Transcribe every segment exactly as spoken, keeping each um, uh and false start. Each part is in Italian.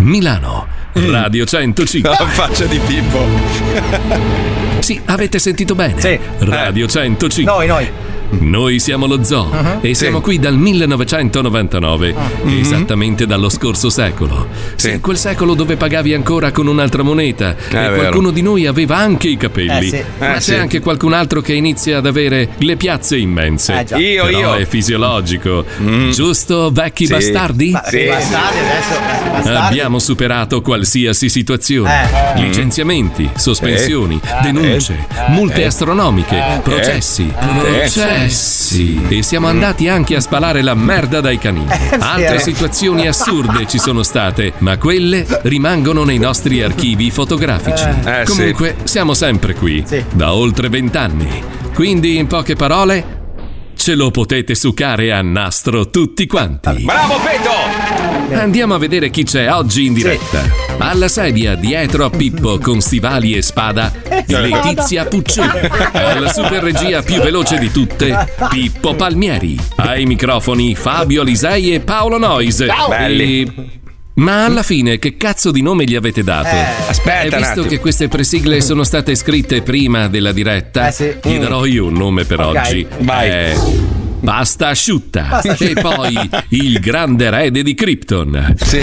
Milano, Radio centocinque. La faccia di Pippo. Sì, avete sentito bene. Sì. Radio centocinque. Noi, noi. Noi siamo lo Zoo uh-huh. e siamo sì. qui dal millenovecentonovantanove, uh-huh. esattamente dallo scorso secolo. Sì. Sì, quel secolo dove pagavi ancora con un'altra moneta è e vero. Qualcuno di noi aveva anche i capelli. Eh sì. Ma eh c'è sì. anche qualcun altro che inizia ad avere le piazze immense. Eh già. Io, Però io. è fisiologico. Mm. Giusto, vecchi sì. bastardi? Ma sì. Bastardi adesso. Bastardi. Abbiamo superato qualsiasi situazione. Eh. Licenziamenti, sospensioni, Eh. denunce, Eh. multe Eh. astronomiche, Eh. processi, Eh. processi. E siamo andati anche a spalare la merda dai canini. Altre situazioni assurde ci sono state, ma quelle rimangono nei nostri archivi fotografici. Eh, Comunque, siamo sempre qui, Sì. da oltre vent'anni. Quindi, in poche parole, ce lo potete succare a nastro tutti quanti. Bravo Peto! Andiamo a vedere chi c'è oggi in diretta. Alla sedia, dietro a Pippo con stivali e spada, Letizia Puccioni. Alla super regia più veloce di tutte, Pippo Palmieri. Ai microfoni, Fabio Alisei e Paolo Noise. Belli. E... Ma alla fine che cazzo di nome gli avete dato? Eh, aspetta E un visto attimo. che queste presigle sono state scritte prima della diretta, Eh sì. gli darò io un nome per Ok. oggi. Vai. È Pasta asciutta. Pasta asciutta. E poi il grande erede di Krypton. Sì.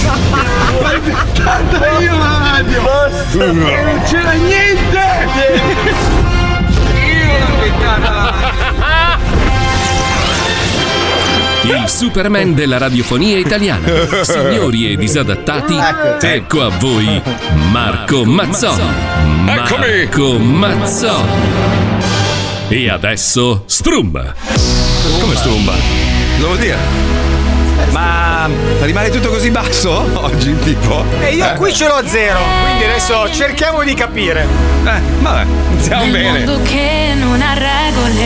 Io la radio! Non c'era niente! Io l'ho inventata! Il Superman della radiofonia italiana. Signori e disadattati, ecco a voi Marco Mazzoli. Eccomi. Marco Mazzoli. E adesso Strum. Come strumba? Cosa vuol dire? Ma rimane tutto così basso oggi, Pippo? E io qui ce l'ho a zero, quindi adesso cerchiamo di capire. Eh, vabbè, iniziamo Nel bene. mondo che non ha regole.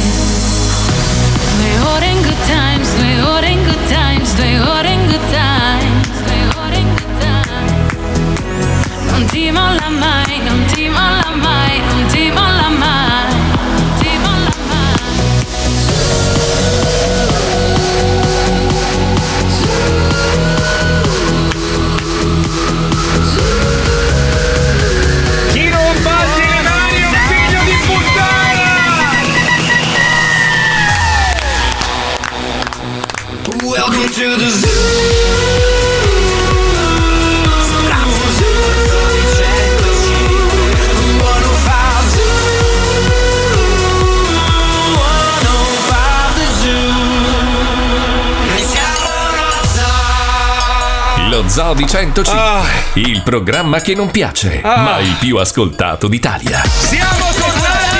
Due ore in good times, due ore in good times, due ore in good times, due ore in good times. Non ti molla mai, non ti molla mai, non ti molla mai, non ti molla mai. Chi non batti le mani è un figlio di puttana! Welcome to the zoo. Lo Zoo di centocinque. Ah. Il programma che non piace, Ah. ma il più ascoltato d'Italia. Siamo tornati!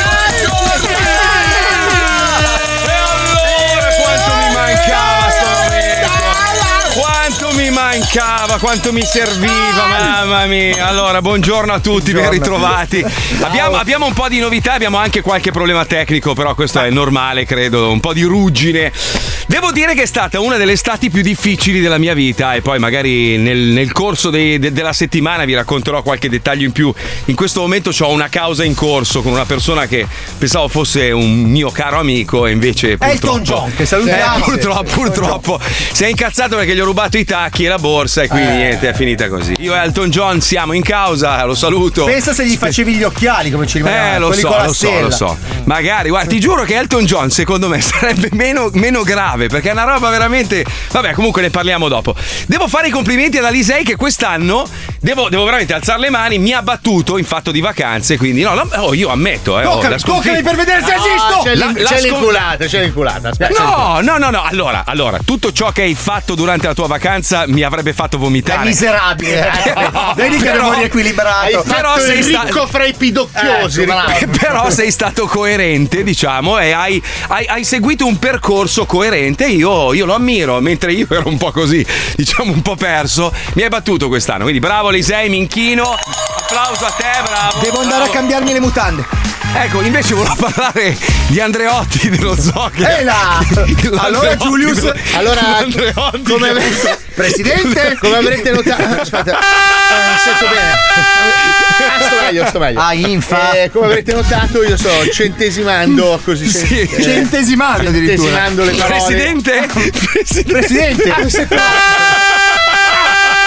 E allora quanto mi mancava sto momento! Quanto mi mancava, quanto mi serviva, mamma mia! Allora, buongiorno a tutti, ben ritrovati. Abbiamo, abbiamo un po' di novità, abbiamo anche qualche problema tecnico, però questo è normale, credo, un po' di ruggine. Devo dire che è stata una delle estati più difficili della mia vita e poi magari nel, nel corso dei, de, della settimana vi racconterò qualche dettaglio in più. In questo momento ho una causa in corso con una persona che pensavo fosse un mio caro amico e invece purtroppo... Elton John, che salutiamo. Eh, purtroppo, purtroppo si è incazzato perché gli ho rubato i tacchi e la borsa e quindi Eh. niente, è finita così. Io e Elton John siamo in causa, lo saluto. Pensa se gli facevi gli occhiali come ci rimanevano. Eh, lo quelli so, con la lo so, stella. lo so. Magari, guarda, ti giuro che Elton John secondo me sarebbe meno, meno grave perché è una roba veramente. Vabbè, comunque ne parliamo dopo. Devo fare i complimenti ad Alisei che quest'anno devo, devo veramente alzare le mani. Mi ha battuto in fatto di vacanze. Quindi, no, no, oh, io ammetto, eh. oh, Toccami, la sconfitta- toccami per vedere se esisto. C'è, La- l'in- la c'è scon- l'inculata, c'è l'inculata. Aspetta. No, no, no, no. Allora, allora, tutto ciò che hai fatto durante la tua vacanza mi avrebbe fatto È vomitare. miserabile. Vedi che Però- avevo riequilibrato. Hai Però fatto sei il sta- ricco fra i pidocchiosi. Ecco, bravo. Riccardo. Però sei stato coerente, diciamo, e hai, hai- hai seguito un percorso coerente. Io, io lo ammiro, mentre io ero un po' così, diciamo, un po' perso. Mi hai battuto quest'anno. Quindi bravo, Lisei, mi inchino. Applauso a te, bravo. Devo andare bravo. a cambiarmi le mutande. Ecco, invece volevo parlare di Andreotti dello Zoo. che- Ehi là! Allora, L'Andreotti Giulius, dello- allora, l'Andreotti come che- avete- Presidente, come avrete notato. Aspetta, eh, sento bene. Ah, sto meglio, sto meglio. Ah, infa. Eh, come avrete notato, io sto centesimando così. Sì. eh, Centesimando addirittura. centesimando le parole. Presidente? Presidente? Presidente, questo è qua. Ah, sto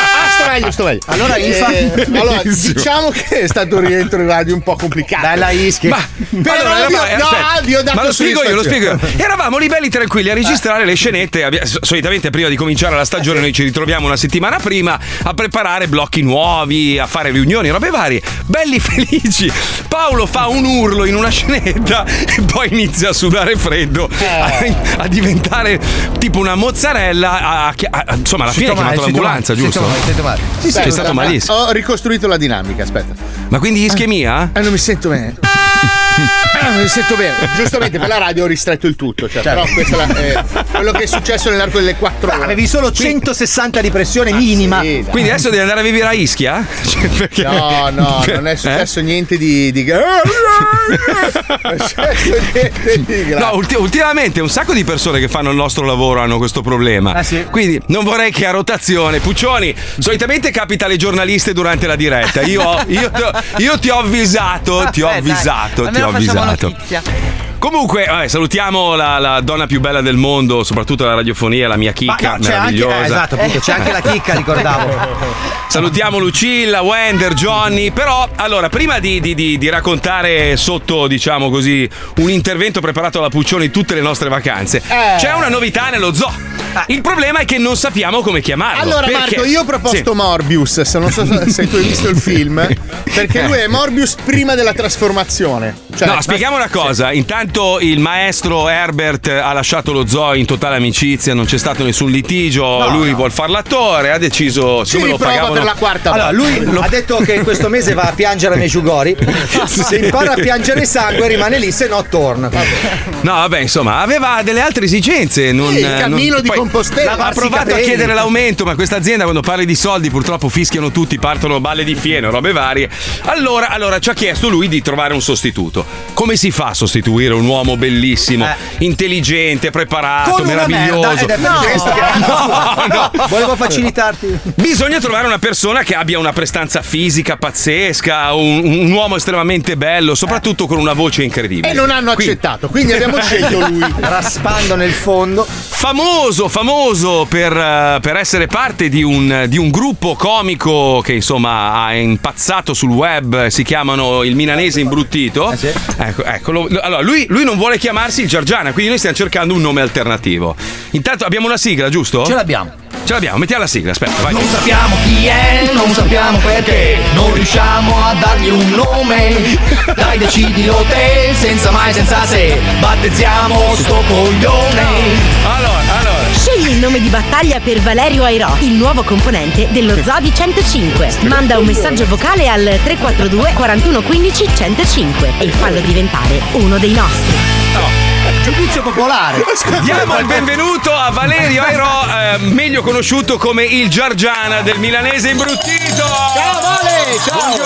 meglio, sto meglio. Allora, eh, allora diciamo che è stato un rientro in radio un po' complicato. Bella Ischia. Ma però allora, vi ho, eravamo- no, aspetta, vi ho dato ma lo spiego io, lo spiego io. Eravamo lì belli tranquilli a registrare le scenette. Abbia- solitamente prima di cominciare la stagione noi ci ritroviamo una settimana prima a preparare blocchi nuovi, a fare riunioni, robe varie. Belli felici. Paolo fa un urlo in una scenetta e poi inizia a sudare freddo, a, a diventare tipo una mozzarella. A, a- a- insomma, alla fine ha chiamato l'ambulanza, giusto? Sì, sì, È stato malissimo. Ho ricostruito la dinamica, aspetta. Ma quindi ischemia? Eh, non mi sento bene. Eh, non mi sento bene. Giustamente per la radio ho ristretto il tutto, cioè, però questo è la- eh, quello che è successo nell'arco delle quattro ore. Avevi solo centosessanta di pressione minima. Sì, dai. Quindi adesso devi andare a vivere a Ischia? Cioè, perché- No, no, non è successo niente di. di... Non è successo niente di grave. No, ulti- ultimamente un sacco di persone che fanno il nostro lavoro hanno questo problema. Ah, sì? Quindi non vorrei che a rotazione, Puccioni, solitamente capita alle giornaliste durante la diretta. Io, io, ti, ho, io ti ho avvisato, ti ho Vabbè, dai, avvisato, ti almeno ho facciamo avvisato. notizia. Comunque, vabbè, salutiamo la, la donna più bella del mondo, soprattutto la radiofonia, la mia chicca Ma no, c'è anche, meravigliosa. eh, esatto, appunto, c'è anche la chicca, ricordavo. Salutiamo Lucilla, Wender, Johnny. Però, allora, prima di, di- di- di raccontare sotto, diciamo così, un intervento preparato da Puccioni tutte le nostre vacanze, Eh. c'è una novità nello zoo. Il problema è che non sappiamo come chiamarlo. Allora, perché- Marco, io ho proposto Sì. Morbius. Se non so se tu hai visto il film, perché lui è Morbius prima della trasformazione. Cioè, No, spieghiamo una cosa. Intanto il maestro Herbert ha lasciato lo zoo in totale amicizia, non c'è stato nessun litigio. No, lui no. vuol fare l'attore, ha deciso. Ci siccome lo riprova pagavano. per la quarta Allora, volta. lui ha detto che questo mese va a piangere a Mejugori. Se impara a piangere sangue, rimane lì, se no torna. No, vabbè, insomma, aveva delle altre esigenze. Non, Sì, il non- cammino di poi- Compostela. Ha Lavarsi provato a capelli. chiedere l'aumento, ma questa azienda quando parli di soldi purtroppo fischiano tutti, partono balle di fieno, robe varie. Allora, allora ci ha chiesto lui di trovare un sostituto. Come si fa a sostituire un uomo bellissimo, Eh. intelligente, preparato, Con una meraviglioso? merda, ed è per questo che- No, no. Volevo facilitarti. Bisogna trovare una persona che abbia una prestanza fisica pazzesca, un, un uomo estremamente bello, soprattutto con una voce incredibile. E non hanno Quindi- accettato, quindi abbiamo scelto lui. Raspando nel fondo. Famoso, famoso per, eh, per essere parte di un, di un gruppo comico che insomma ha impazzato sul web, si chiamano il Milanese Imbruttito. Eh sì. Ecco, ecco, lo- lo- allora lui, lui non vuole chiamarsi il Giorgiana, quindi noi stiamo cercando un nome alternativo. Intanto abbiamo una sigla, giusto? Ce l'abbiamo. Ce l'abbiamo, mettiamo la sigla, aspetta, vai. Non sappiamo chi è, non sappiamo perché, non riusciamo a dargli un nome. Dai, decidilo te, senza mai, senza se, battezziamo sto coglione. Allora, allora. Scegli il nome di battaglia per Valerio Airò, il nuovo componente dello Zoo di centocinque. Manda un messaggio vocale al tre quattro due quarantuno quindici centocinque e fallo diventare uno dei nostri. Giudizio popolare. Diamo il benvenuto a Valerio Airò, eh, meglio conosciuto come il Giorgiana del Milanese Imbruttito. Ciao Vale,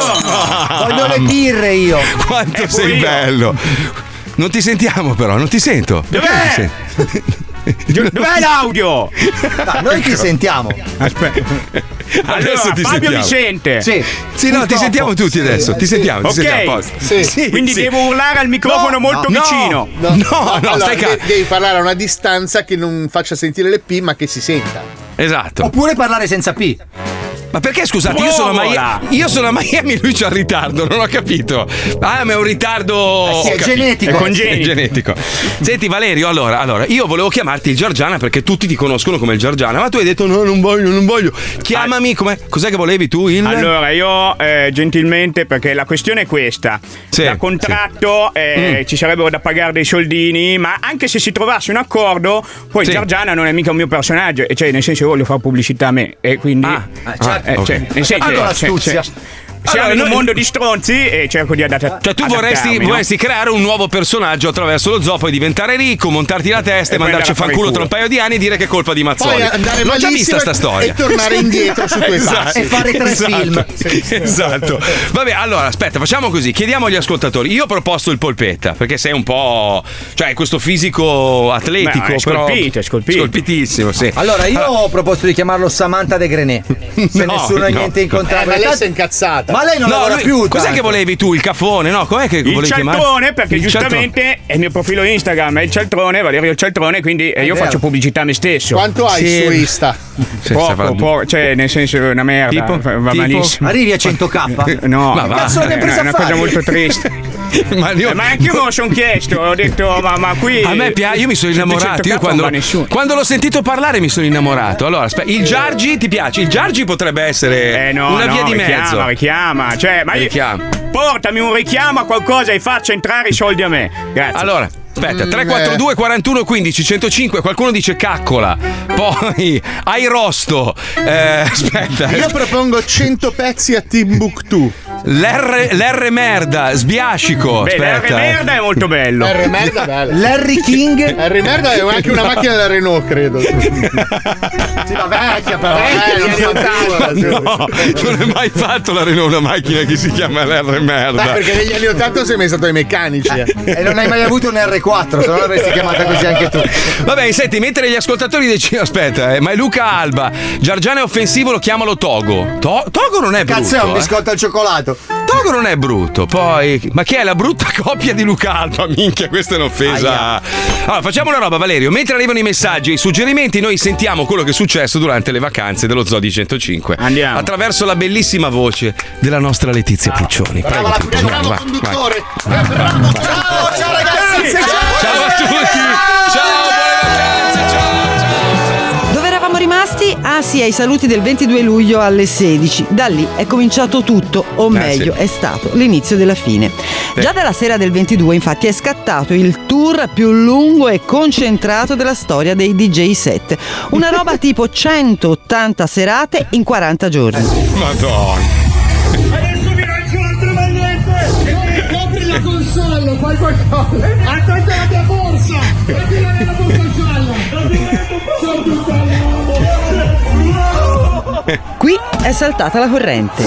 ciao. Voglio le birre io. Quanto sei bello. Non ti sentiamo però, non ti sento. Perché non ti senti? Dov'è l'audio? No, noi ti sentiamo. Aspetta. Adesso Allora, ti Fabio sentiamo. mi sente. Sì. Sì, no, ti Purtroppo. sentiamo tutti adesso. Ti sentiamo, ti Ok. sentiamo. a posto. Sì. Quindi sì. devo urlare al microfono molto no. vicino. No, No, no, allora, stai de- calmo. devi parlare a una distanza che non faccia sentire le P, ma che si senta. Esatto. Oppure parlare senza P. Ma perché scusate, io sono, a Provola. Miami, io sono a Miami, lui c'ha il ritardo, non ho capito. Ah, ma è un ritardo. Eh sì, è ho capito. genetico. È congenito. genetico. Senti, Valerio, allora, allora, io volevo chiamarti il Giorgiana perché tutti ti conoscono come il Giorgiana, ma tu hai detto no, non voglio, non voglio. Chiamami, com'è? Cos'è che volevi tu? Il... Allora, io eh, gentilmente, perché la questione è questa: Sì, da contratto eh, Mm. ci sarebbero da pagare dei soldini, ma anche se si trovasse un accordo, poi Sì. Giorgiana non è mica un mio personaggio, e cioè, nel senso, io voglio fare pubblicità a me, e quindi. Ah, certo. eh, ok. cioè, nel senso, Allora, cioè, astuzia. cioè, siamo Allora, in un noi- mondo di stronzi e cerco di adattare. Cioè tu vorresti, vorresti creare un nuovo personaggio attraverso lo zoo, poi diventare ricco, montarti la testa e, E poi mandarci a andare a fare fanculo il tra un culo. paio di anni e dire che è colpa di Mazzoli. Poi andare L'ho già malissimo vista sta e- storia. e tornare indietro su quei Esatto. passi. E fare tre Esatto. film. Esatto. Vabbè, allora aspetta, facciamo così. Chiediamo agli ascoltatori. Io ho proposto il polpetta perché sei un po'. Cioè, questo fisico atletico. Beh, è però scolpito, è scolpito. Scolpitissimo, sì. Allora, io ho proposto di chiamarlo Samantha De Grenet. Se No, nessuno ha no. niente in Eh, contrario. ma lei si è incazzata. Ma lei non no, lavora lui, più. Cos'è tanto. che volevi tu? Il cafone? No, com'è che il volevi chiamare? cialtrone, perché il giustamente cialtrone. è il mio profilo Instagram, è il cialtrone, Valerio il cialtrone, quindi eh, io vero. faccio pubblicità a me stesso. Quanto hai Sì. su Insta? Sì, Poco, stai parlando- poco, cioè nel senso è una merda, Tipo? va va Tipo? malissimo. Arrivi a cento k? No, Ma va. cazzo, ne hai preso è a una fare? cosa molto triste. Ma, io, Eh, ma anche io me lo sono chiesto, ho detto ma, ma qui a me piace, io mi sono innamorato. Io quando, quando l'ho sentito parlare mi sono innamorato. Allora, aspetta, il Giargi ti piace? Il Giargi potrebbe essere eh no, una no, via di richiama, mezzo. richiama, cioè, ma io, Richiama. portami un richiamo a qualcosa e faccia entrare i soldi a me. Grazie. Allora, aspetta, Mm, tre quattro due quarantuno quindici centocinque, qualcuno dice caccola, poi hai rosto, eh, aspetta, Io propongo cento pezzi a Timbuktu. l'R, l'R merda, sbiascico, Beh, aspetta. l'R merda è molto bello. R merda bello. Larry King. R merda è anche una macchina della Renault, credo. Sì, ma vecchia però. Vecchia, eh, non non so tanto. tu. No, non è mai fatto la Renault una macchina che si chiama l'R merda. Dai, perché negli anni ottanta sei mai stato ai meccanici. eh. E non hai mai avuto un R quattro, se no l'avresti chiamata così anche tu. Vabbè, senti, mentre gli ascoltatori decidono, aspetta, eh, ma è Luca Alba, Giargiano è offensivo, lo chiamalo Togo. To- Togo non è brutto. Cazzo, è un eh. biscotto al cioccolato. Togo non è brutto, poi. Ma che è la brutta coppia di Luca Alba? Minchia, questa è un'offesa. Allora, facciamo una roba, Valerio. Mentre arrivano i messaggi e i suggerimenti, noi sentiamo quello che è successo durante le vacanze dello Zoo di centocinque. Andiamo. Attraverso la bellissima voce della nostra Letizia Puccioni. Prego, Bravo, Pippo, bravo, vai, conduttore. vai. Ciao, ciao ragazzi. Ciao a tutti! Ciao, buone vacanze! Ciao, ciao! Dove eravamo rimasti? Ah sì, ai saluti del ventidue luglio alle sedici. Da lì è cominciato tutto, o meglio, sì. è stato l'inizio della fine. Già dalla sera del ventidue, infatti, è scattato il tour più lungo e concentrato della storia dei D J set. Una roba tipo centottanta serate in quaranta giorni. Madonna! Adesso vi lancio l'altro magliette e poi copri la console, fai qualcosa. Attento alla mia borsa, prendi la mia borsa gialla. Qui è saltata la corrente.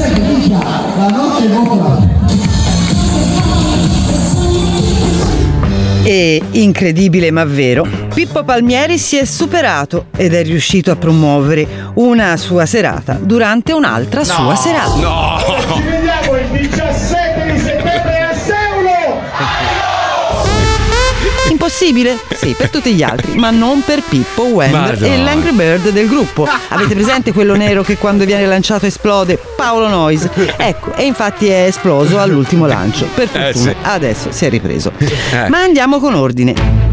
E, incredibile ma vero, Pippo Palmieri si è superato ed è riuscito a promuovere una sua serata durante un'altra sua serata. No! Ci vediamo il diciassette di settembre a Seulo. Impossibile? Sì, per tutti gli altri, ma non per Pippo, Wender Madonna. e l'Angry Bird del gruppo. Avete presente quello nero che quando viene lanciato esplode? Paolo Noyes. Ecco, e infatti è esploso all'ultimo lancio. Per Eh, fortuna, sì. adesso si è ripreso. Eh. Ma andiamo con ordine.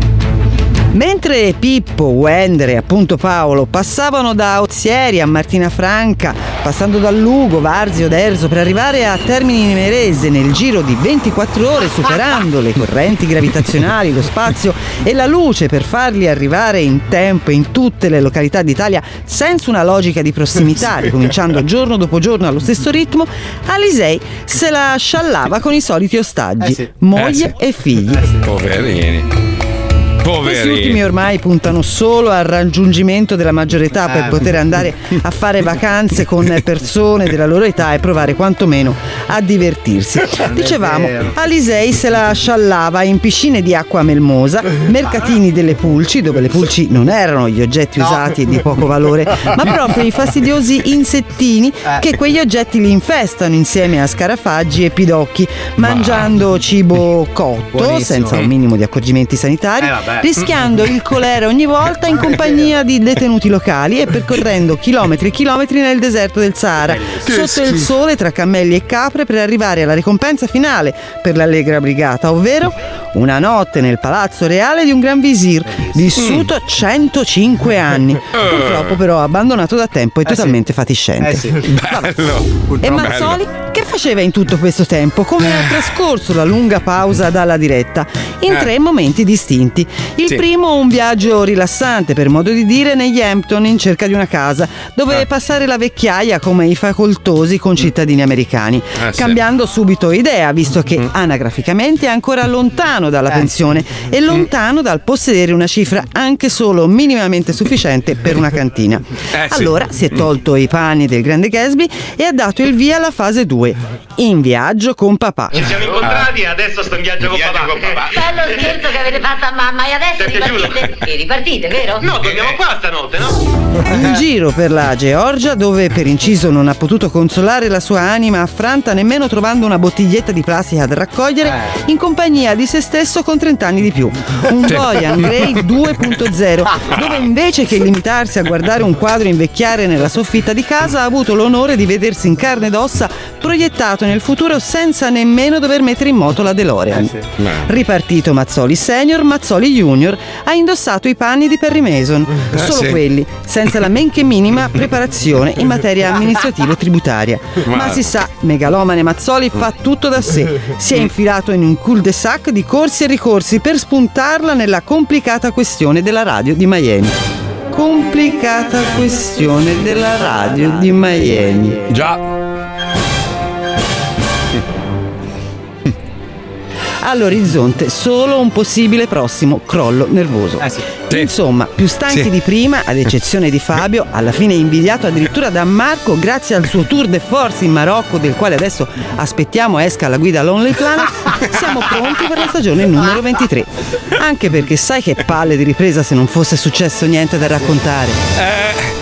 Mentre Pippo, Wender e appunto Paolo passavano da Ozieri a Martina Franca, passando da Lugo, Varzio, Derzo per arrivare a Termini Imerese nel giro di ventiquattro ore, superando le correnti gravitazionali, lo spazio e la luce per farli arrivare in tempo in tutte le località d'Italia senza una logica di prossimità, ricominciando giorno dopo giorno allo stesso ritmo, Alisei se la sciallava con i soliti ostaggi, Eh sì. moglie Eh sì. e figli. Poverini. Questi ultimi Poverini. ormai puntano solo al raggiungimento della maggiore età per Eh. poter andare a fare vacanze con persone della loro età e provare quantomeno a divertirsi. Dicevamo, vero. Alisei se la sciallava in piscine di acqua melmosa, mercatini delle pulci, dove le pulci non erano gli oggetti usati e di poco valore, ma proprio i fastidiosi insettini che quegli oggetti li infestano insieme a scarafaggi e pidocchi, mangiando cibo cotto, Buonissimo. senza un minimo di accorgimenti sanitari, Eh, vabbè. rischiando il colera ogni volta in compagnia di detenuti locali e percorrendo chilometri e chilometri nel deserto del Sahara, sotto il sole tra cammelli e capre per arrivare alla ricompensa finale per l'allegra brigata, ovvero una notte nel palazzo reale di un gran visir, vissuto centocinque anni, purtroppo però abbandonato da tempo e totalmente fatiscente. Eh sì. Bello. E Mazzoli che faceva in tutto questo tempo? Come ha trascorso la lunga pausa dalla diretta? In Eh. tre momenti distinti. Il Sì. primo un viaggio rilassante, per modo di dire, negli Hampton in cerca di una casa, dove Eh. passare la vecchiaia come i facoltosi concittadini americani, Eh, sì. cambiando subito idea, visto che anagraficamente è ancora lontano dalla Eh. pensione e lontano dal possedere una cifra anche solo minimamente sufficiente per una cantina. Eh, sì. Allora si è tolto i panni del grande Gatsby e ha dato il via alla fase due, in viaggio con papà. Ci siamo incontrati e adesso sto in viaggio con papà. Bello scherzo che avete fatto a mamma e adesso Ti è piaciuto? ripartite. E ripartite, vero? No, dormiamo qua stanotte, no? In giro per la Georgia, dove per inciso non ha potuto consolare la sua anima affranta nemmeno trovando una bottiglietta di plastica da raccogliere, in compagnia di se stesso con trenta anni di più. Un Dorian Gray due punto zero, dove invece che limitarsi a guardare un quadro invecchiare nella soffitta di casa, ha avuto l'onore di vedersi in carne ed ossa proiettato nel futuro senza nemmeno dover mettere in moto la DeLorean. Eh sì. Ripartito Mazzoli Senior, Mazzoli Junior ha indossato i panni di Perry Mason, Eh solo sì. quelli, senza la men che minima preparazione in materia amministrativo-tributaria. Ma, Ma- si sa, megalomane Mazzoli fa tutto da sé. Si è infilato in un cul-de-sac di corsi e ricorsi per spuntarla nella complicata questione della radio di Miami. Complicata questione della radio di Miami. Già. All'orizzonte solo un possibile prossimo crollo nervoso. Insomma, più stanchi Sì. di prima, ad eccezione di Fabio, alla fine invidiato addirittura da Marco grazie al suo tour de force in Marocco, del quale adesso aspettiamo esca alla guida Lonely Planet, siamo pronti per la stagione numero ventitré. Anche perché sai che palle di ripresa se non fosse successo niente da raccontare. Eh.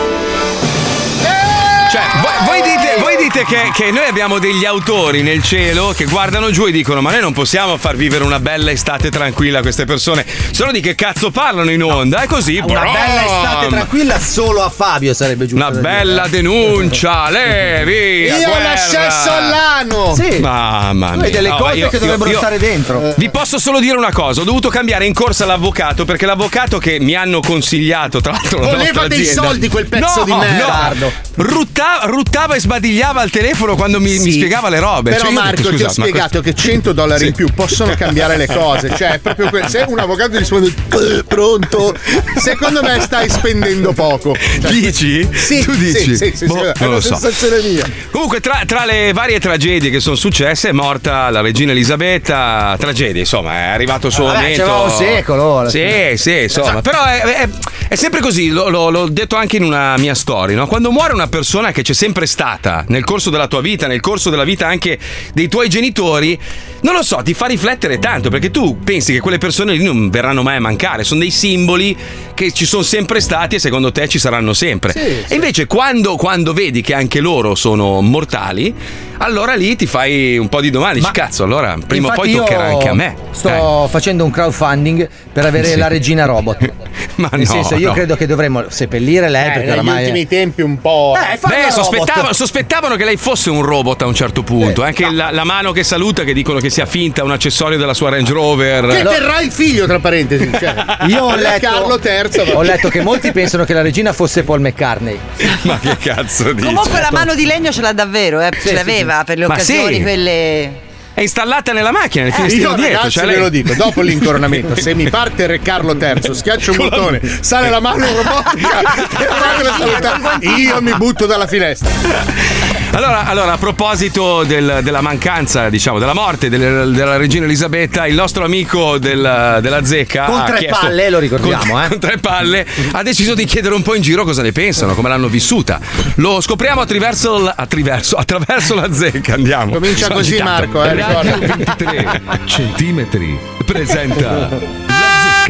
Cioè, voi, voi dite, voi dite che, che noi abbiamo degli autori nel cielo che guardano giù e dicono: ma noi non possiamo far vivere una bella estate tranquilla a queste persone. Solo di che cazzo parlano in onda? È così. Una brom! bella estate tranquilla solo a Fabio sarebbe giusto. Una bella denuncia, le via. Io guerra. l'accesso all'ano. Sì. Mamma Tu mia. hai delle No, cose io- che dovrebbero io- io- stare dentro. Vi posso solo dire una cosa: ho dovuto cambiare in corsa l'avvocato perché l'avvocato che mi hanno consigliato, tra l'altro, la Voleva nostra dei azienda- soldi quel pezzo no, di merda. No, ruttava, ruttava e sbadigliava al telefono quando mi, mi spiegava le robe. Però Cioè, io ho Marco detto, ti ho "Scusa, ma spiegato che cento dollari in più possono cambiare le cose. Cioè è proprio quel, se un avvocato ti risponde "Eh, pronto", secondo me stai spendendo poco. Cioè, Dici? Sì, Tu dici? sì, sì, sì, Boh, sì, è non una lo so. sensazione mia. Comunque, tra, tra le varie tragedie che sono successe, è morta la regina Elisabetta. Tragedia, insomma, è arrivato il suo Vabbè, momento. c'era un secolo. alla Sì, fine. sì, insomma. Però è, è- è sempre così. Lo- lo- l'ho detto anche in una mia story, no? Quando muore una persona che c'è sempre stata nel corso della tua vita, nel corso della vita anche dei tuoi genitori, non lo so, ti fa riflettere tanto, perché tu pensi che quelle persone lì non verranno mai a mancare. Sono dei simboli che ci sono sempre stati e secondo te ci saranno sempre. E invece quando, quando vedi che anche loro sono mortali, allora lì ti fai un po' di domande. Dici, cazzo, allora prima o Infatti poi toccherà io anche a me. Sto facendo un crowdfunding per avere Sì. la regina robot. Ma Nel no, senso, io no. credo che dovremmo seppellire lei Eh, perché negli oramai. ultimi tempi un po'. Eh, fai Beh, una sospettava- robot. sospettavano che lei fosse un robot a un certo punto. Anche la, la mano che saluta, che dicono che sia finta, un accessorio della sua Range Rover. Che terrà il figlio, tra parentesi. Cioè, Io ho Re letto, Carlo terzo. ho letto che molti pensano che la regina fosse Paul McCartney. Ma che cazzo dici? Comunque la mano di legno ce l'ha davvero, eh? ce sì, l'aveva sì. per le Ma occasioni sì. quelle. È installata nella macchina, nel Eh, finestrino io dietro. ragazzi Cioè ve lei... lo dico, dopo l'incoronamento, se mi parte Re Carlo terzo, schiaccio un bottone, sale la mano robotica e la salutare, io mi butto dalla finestra. Allora, allora, a proposito del- della mancanza, diciamo, della morte del- della regina Elisabetta, il nostro amico del- della zecca Con ha tre chiesto- palle, lo ricordiamo, con, eh. con tre palle ha deciso di chiedere un po' in giro cosa ne pensano, come l'hanno vissuta. Lo scopriamo attraverso, l- attraverso, attraverso la zecca. Andiamo. Comincia Sono così agitato. Marco, eh, Radio ricorda. ventitré centimetri presenta la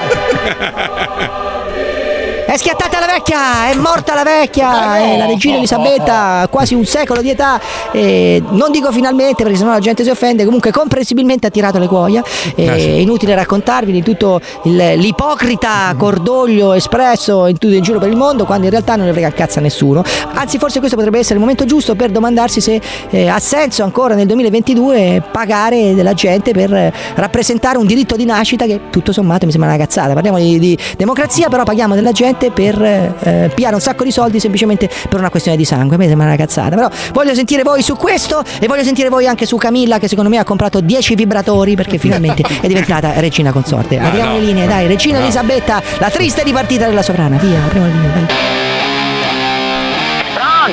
zecca. È schiattata la vecchia, è morta la vecchia, è la regina Elisabetta, quasi un secolo di età. Eh, non dico finalmente perché sennò la gente si offende, comunque comprensibilmente ha tirato le cuoia. Eh, Ah, sì. È inutile raccontarvi di tutto il- l'ipocrita cordoglio espresso in tutto in giro per il mondo, quando in realtà non ne frega un cazzo a nessuno. Anzi, forse questo potrebbe essere il momento giusto per domandarsi se eh, ha senso ancora nel duemilaventidue pagare della gente per eh, rappresentare un diritto di nascita che tutto sommato mi sembra una cazzata. Parliamo di, di democrazia, però paghiamo della gente per eh, pigliare un sacco di soldi semplicemente per una questione di sangue. A me sembra una cazzata, però voglio sentire voi su questo e voglio sentire voi anche su Camilla, che secondo me ha comprato dieci vibratori perché finalmente è diventata regina consorte. Ma Apriamo no. le linee, dai, regina No. Elisabetta, la triste dipartita della sovrana. Via, apriamo le linee, dai. Pronto?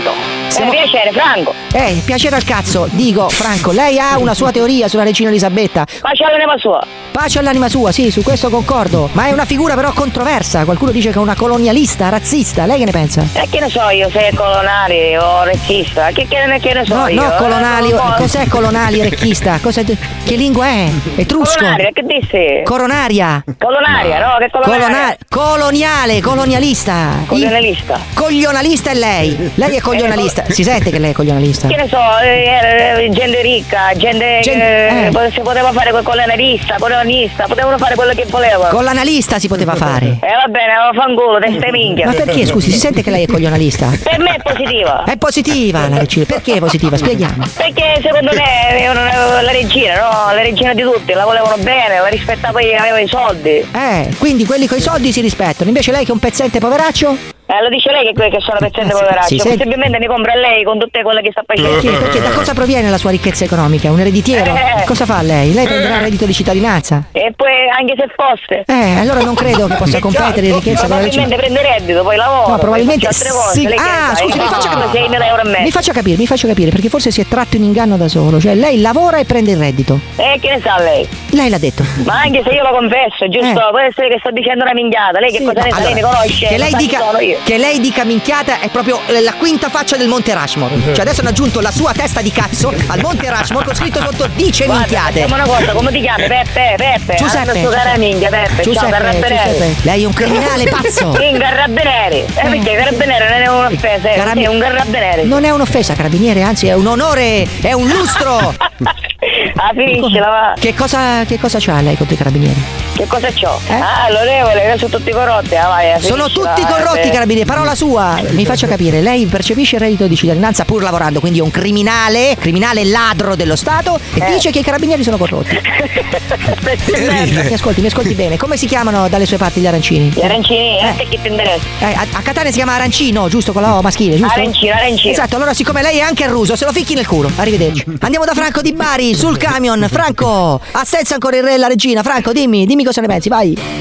Siamo... Eh, piacere, Franco. Eh, piacere al cazzo. Dico, Franco, lei ha una sua teoria sulla regina Elisabetta. Pace all'anima sua. Pace all'anima sua, sì, su questo concordo. Ma è una figura però controversa. Qualcuno dice che è una colonialista, razzista. Lei che ne pensa? E che ne so io, se è colonale o razzista? Che, che, che ne so no, io? No, colonali. Eh, cos'è colonali ricchista? Cos'è, che lingua è? Etrusco? Coronaria, che disse? Coronaria. Colonaria, no, che colonaria? Colona- coloniale, colonialista. Colonialista. Coglionalista è lei. Lei è coglionalista. Si sente che lei è coglionalista? Che ne so, eh, eh, gente ricca, gente Gen- eh, eh. si poteva fare quel colonialista, colonista, potevano fare quello che volevano. Con l'analista si poteva fare. Eh va bene, fanculo, testa minchia. Ma perché, scusi, si sente che lei è coglionalista? Per me è positiva. È positiva la regina. Perché è positiva? Spieghiamo. Perché secondo me è una- la regina, no? La regina di tutti, la volevano bene, la rispettava, aveva i soldi. Eh, quindi quelli con i soldi si rispettano. Invece lei che è un pezzente poveraccio? Eh, lo dice lei che, que- che sono pezzente sì, poveraccio. sì, sì. Possibilmente ne compra lei con tutte quelle che sta facendo. Perché? Perché da cosa proviene la sua ricchezza economica? Un ereditiero? Eh. Cosa fa lei? Lei prenderà il reddito di cittadinanza? E poi anche se fosse. Eh, allora non credo che possa competere in ricchezza con la regina. Probabilmente prende reddito, poi lavora. No, probabilmente poi faccia altre cose. sì. Lei che Ah, sa, scusi, eh, mi faccia capire. seimila euro al mese. Mi faccia capire, mi faccia capire, perché forse si è tratto in inganno da solo. Cioè, lei lavora e prende il reddito. Eh, che ne sa lei? Lei l'ha detto. Ma anche se io lo confesso, giusto? Eh. Può essere che sto dicendo una minchiata. Lei che Sì, cosa ne sa? allora, Lei mi conosce? Che lei, Sa chi dica, sono io. che lei dica minchiata è proprio la quinta faccia del Monte Rushmore. Cioè adesso hanno aggiunto la sua testa di cazzo al Monte Rushmore con scritto sotto dice Guarda, minchiate. facciamo una cosa, come ti chiami? Peppe, Peppe. Giuseppe. Adesso cara minchia, Peppe. Ciao, Giuseppe, carabinieri. Giuseppe. Lei è un criminale pazzo. In carabinieri. Eh, perché carabinieri non è un'offesa, Carabi- è un carabinieri. Non è un'offesa, carabiniere, anzi è un onore, è un lustro. Ah, finiscila, va. Che cosa, che cosa c'ha lei contro i carabinieri? Che cosa c'ho? Eh? Ah, l'onorevole, che sono tutti corrotti. Ah, vai, ah, Sono finiscila, tutti vai, corrotti, eh. carabinieri. Parola sua. Mi faccia capire, lei percepisce il reddito di cittadinanza pur lavorando, quindi è un criminale, criminale ladro dello Stato e Eh. dice che i carabinieri sono corrotti. Mi ascolti, mi ascolti bene. Come si chiamano dalle sue parti gli arancini? Gli arancini, eh, che ti interessa? Eh, a, a Catania si chiama arancino, giusto? Con la O maschile, giusto? Arancino, arancino. Esatto, allora siccome lei è anche il ruso, se lo ficchi nel culo. Arrivederci. Andiamo da Franco Di Bari sul camion. Franco, ha senso ancora il re e la regina? Franco, dimmi, dimmi cosa ne pensi, vai.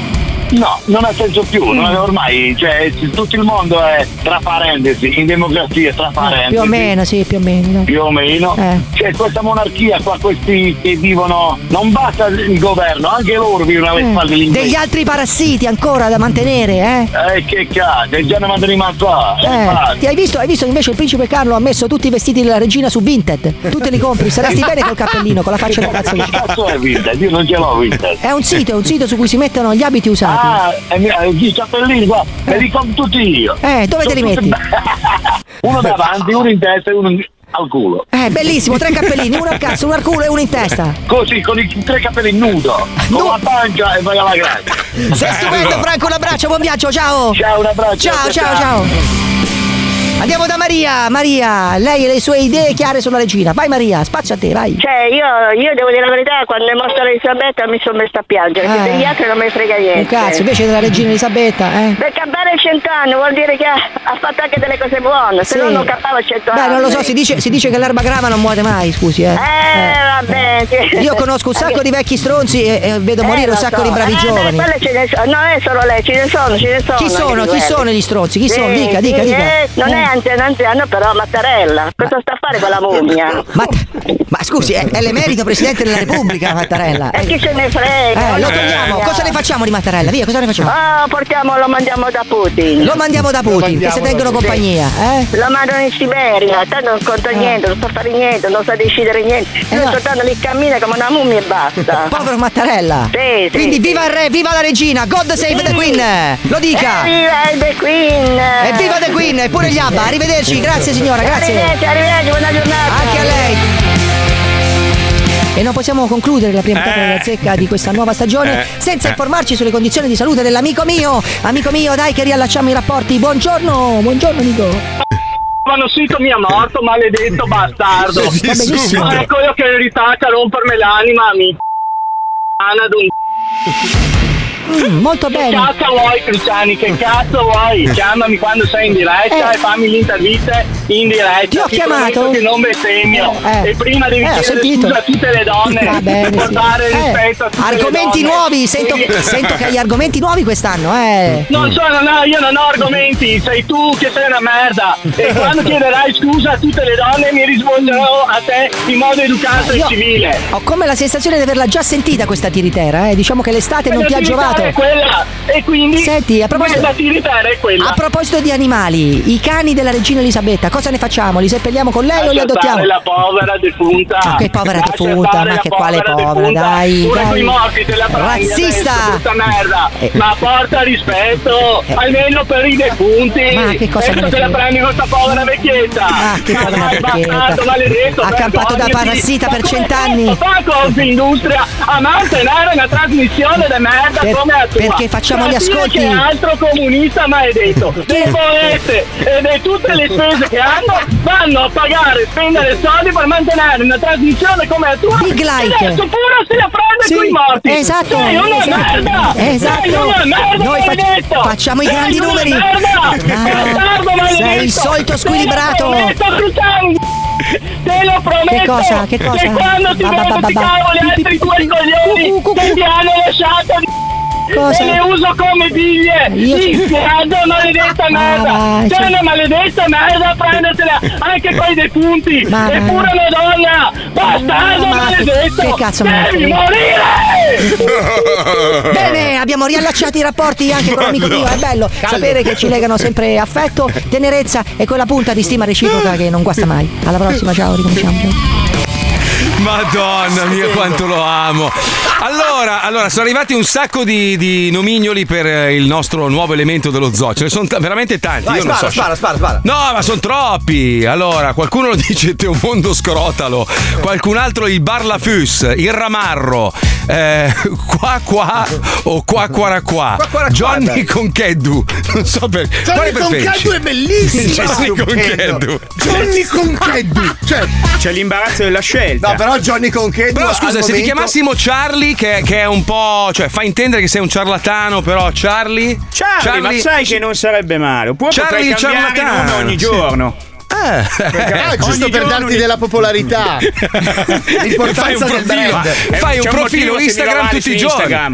No, non ha senso più, non è ormai, cioè tutto il mondo è tra parentesi, in democrazia tra parentesi. Più o meno, sì, più o meno. Più o meno. Eh. C'è questa monarchia qua, questi che vivono, non basta il governo, anche loro vivono alle spalle Eh. l'inglese. Degli altri parassiti ancora da mantenere, eh? Eh che cazzo, già ne mandano qua. Eh, ti hai visto, hai visto invece il principe Carlo ha messo tutti i vestiti della regina su Vinted? Tu te li compri, saresti bene col cappellino, con la faccia del cazzo. Che cazzo è Vinted? Io non ce l'ho Vinted. È un sito, è un sito su cui si mettono gli abiti usati. Ah, i cappellini qua, me li compro tutti io. Eh, dove te li Sono tutti metti? be- uno davanti, uno in testa e uno in- al culo. Eh, bellissimo, tre cappellini, uno al cazzo, uno al culo e uno in testa. Così, con i tre capelli nudo, con la pancia e vai alla grande. Sei stupendo, Franco, un abbraccio, buon viaggio, ciao. Ciao, un abbraccio. Ciao, ciao, ciao. Andiamo da Maria, Maria, lei e le sue idee chiare sulla regina. Vai Maria, spazio a te, vai. Cioè, io, io devo dire la verità, quando è morta Elisabetta mi sono messa a piangere, Eh. perché degli altri non mi frega niente. Un cazzo, invece della regina Elisabetta, eh? Per campare cent'anni vuol dire che ha, ha fatto anche delle cose buone, se Sì. no non campava cento anni. Beh, non lo so, si dice, si dice che l'erba grama non muore mai, scusi, eh. Eh, vabbè. Sì. Io conosco un sacco di vecchi stronzi e, e vedo morire Eh, un lo sacco so. di bravi eh, giovani. Beh, quelle ce ne sono, non è solo lei, ce ne sono, ce ne sono. Chi sono? anche di Chi quelli. sono gli stronzi? Chi sono? Sì, Dica, dica, sì, dica. eh, non Eh. è anziano, anziano, però Mattarella. Cosa sta a fare quella mummia? Ma, ma scusi, è, è l'emerito presidente della Repubblica Mattarella. E chi se ne frega? Eh, lo Eh. togliamo. Cosa ne facciamo di Mattarella? Via, cosa ne facciamo? Ah, portiamo, lo mandiamo da Putin. Lo mandiamo da Putin, che se tengono compagnia, eh? Lo mandano in Siberia, tanto non conta niente, non sa fare niente, non sa decidere niente. Lui no. soltanto lì cammina come una mummia e basta. Povero Mattarella. Sì, sì, Quindi sì. viva il re, viva la regina, God save the Queen. Lo dica. E viva the Queen. E viva the Queen, e pure gli ABBA. Arrivederci, grazie signora, grazie. Arrivederci, arrivederci, buona giornata. Anche a lei. E non possiamo concludere la prima puntata Eh. della zecca di questa nuova stagione Eh. senza Eh. informarci sulle condizioni di salute dell'amico mio. Amico mio, dai che riallacciamo i rapporti. Buongiorno, buongiorno amico. Quando sito mi ha morto, maledetto bastardo. Va benissimo. Ma ecco io che ritaccia a rompermi l'anima, mi Mm, molto che bene. cazzo vuoi Cristiani, che cazzo vuoi? Chiamami quando sei in diretta Eh. e fammi le interviste in diretta. Ti ho Ti chiamato? prometto che non bestemmio. Eh. E prima devi Eh, ho chiedere sentito. scusa a tutte le donne. Va bene, e portare sì. rispetto Eh, a tutte argomenti le donne. nuovi, sento, Quindi- sento che hai argomenti nuovi quest'anno, eh. Non so, no, no, io non ho argomenti, sei tu che sei una merda. E quando chiederai scusa a tutte le donne mi risponderò a te in modo educato Io e civile. Ho come la sensazione di averla già sentita questa tiritera, eh. Diciamo che l'estate non ti ha giovato. È quella. E quindi Senti, a proposito, questa tiritera è quella. a proposito di animali, i cani della regina Elisabetta, cosa ne facciamo? Li seppelliamo con lei o li Lascia adottiamo? stare la povera defunta. Ma che povera Lascia defunta, stare ma la che quale povera, defunta. dai, Pure dai. coi morti te la prendi Razzista. adesso, brutta merda. Eh. Ma porta rispetto, almeno per i defunti. Ma che cosa me Adesso ne te la frega? prendi con questa povera vecchietta. Ah, che povera dai, vecchietta. bastardo, maledetto, Ha campato da vergognati. parassita per Ma come cent'anni. cazzo fa Confindustria a mantenere una trasmissione di merda Per- come la tua? perché facciamo gli Ma sì, ascolti. che altro comunista maledetto. Le bolette ed è tutte le spese che hanno vanno a pagare, spendere soldi per mantenere una trasmissione come la tua. Big like. E adesso pure se la prende Sì, coi morti. esatto, Sei una esatto. merda. Esatto. Sei una merda Noi fac- maledetto. facciamo i Sei grandi una numeri. merda. Ah, Bastardo maledetto. sei il solito squilibrato. Te lo prometto, Cruciani. Te lo prometto. Che cosa? Che cosa? quando ti Ba, ba, vedo ba, ti ba. cavo gli altri due coglioni che ti hanno lasciato di... Cosa? E le uso come biglie Io ci- in spiaggia, maledetta Ma merda. vai, Sei cioè- una maledetta merda, prendetela anche con i defunti. Ma vai. Eppure una donna. Bastardo Ma- maledetto. che cazzo me ne devi frega? morire. Bene, abbiamo riallacciato i rapporti anche con l'amico mio. È bello sapere che ci legano sempre affetto, tenerezza e quella punta di stima reciproca che non guasta mai. Alla prossima, ciao, ricominciamo. Madonna mia, quanto lo amo. Allora, allora, sono arrivati un sacco di, di nomignoli per eh, il nostro nuovo elemento dello zoo. Ce ne sono t- veramente tanti. Vai, Io non spara, so. spara, spara, spara. No, ma sono troppi. Allora, qualcuno lo dice Teomondo Scrotalo, qualcun altro il Barlafus, il Ramarro, eh, qua qua o qua qua qua. Johnny Concheddu. Non so per quale Johnny preferisci? Concheddu è bellissimo. Johnny Concheddu. Johnny Concheddu. Cioè, c'è l'imbarazzo della scelta. No, però Johnny Concheddu. Però al scusa, se ti momento- chiamassimo Charlie, che, che è un po'. Cioè, fa intendere che sei un ciarlatano, però Charlie. Charlie, ma sai che non sarebbe male. Oppure Charlie potrei cambiare ciarlatano, nome ogni sì. giorno. Eh, ah, giusto ogni per giorno darti di- della popolarità. L'importanza Fai un del profilo, brand. Eh, fai un c'è profilo motivo se mi Instagram lavare tutti i su giorni. Instagram,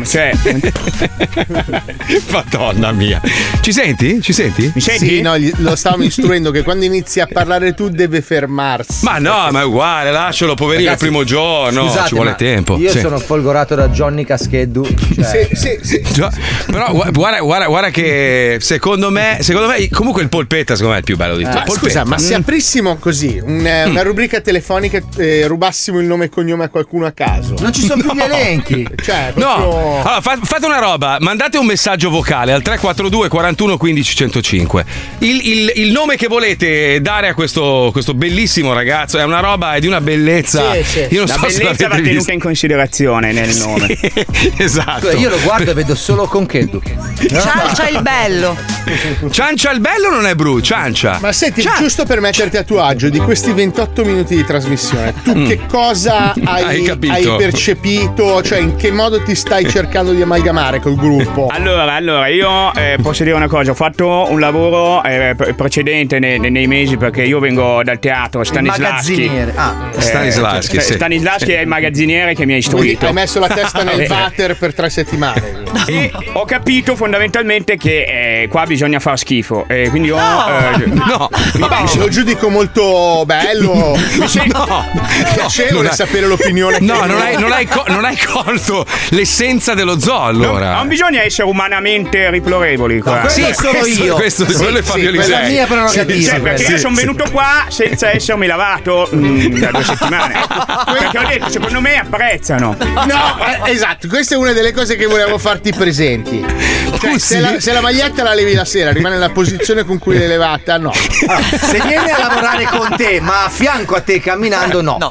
cioè. Madonna mia. Ci senti? Ci senti? Mi senti? Sì, no, gli- lo stavamo istruendo che quando inizi a parlare tu deve fermarsi. Ma no, ma è uguale, lascialo, poverino, Ragazzi, il primo giorno. scusate, ci vuole ma tempo. Io sì. sono folgorato da Johnny Cascheddu. Cioè, Sì, sì, sì. Già, però gu- guarda, guarda, guarda che secondo me, secondo me, comunque il polpetta secondo me è il più bello di tutti. Ma scusa, ma se aprissimo così un- eh, una rubrica telefonica e rubassimo il nome e cognome a qualcuno a caso? non ci sono più gli elenchi. Cioè, No, proprio- allora fa- fate una roba, mandate un messaggio vocale al tre quattro due quarantuno quindici centocinque. Il, il- il nome che volete dare a questo, questo bellissimo ragazzo è una roba, è di una bellezza. Sì, sì. Io non La so se bellezza va l'avete tenuta visto. in considerazione nel nome. Esatto. Io lo guardo e vedo solo Concheddu. Ciancia il bello. Ciancia il bello non è bru, ciancia. Ma senti, giusto per metterti a tuo agio di questi ventotto minuti di trasmissione, tu che cosa hai, Hai capito? hai percepito? Cioè, in che modo ti stai cercando di amalgamare col gruppo? Allora, allora io eh, posso dire una cosa, ho fatto un lavoro eh, pre- precedente nei, nei mesi perché io vengo dal teatro Stanislaschi. magazziniere. Ah. Eh, Stanislaschi, sì. Stanislaschi è il magazziniere che mi ha Quindi istruito. hai messo la testa nel Eh, water per tre settimane. E ho capito fondamentalmente che eh, qua bisogna far schifo. E quindi ho. eh, No, Vabbè, lo giudico molto bello. no, Piacevole non hai- sapere l'opinione. No, che- non hai, non, hai co- non hai colto l'essenza dello zoo allora. non bisogna essere umanamente riplorevoli qua. No, Sì, quello sono questo, io. questo, Sì, quello è sì, Fabio quella Lisei. mia prerogativa. Cioè, perché Sì, io sono sì. venuto qua senza essermi lavato mm, da due settimane. Perché ho detto, secondo me apprezzano. No, eh, esatto, questa è una delle cose che volevamo farti presenti. Cioè, Oh, se, sì? la, se la maglietta la levi la sera, rimane nella posizione con cui l'hai levata, no. Allora, se viene a lavorare con te, ma a fianco a te camminando, no.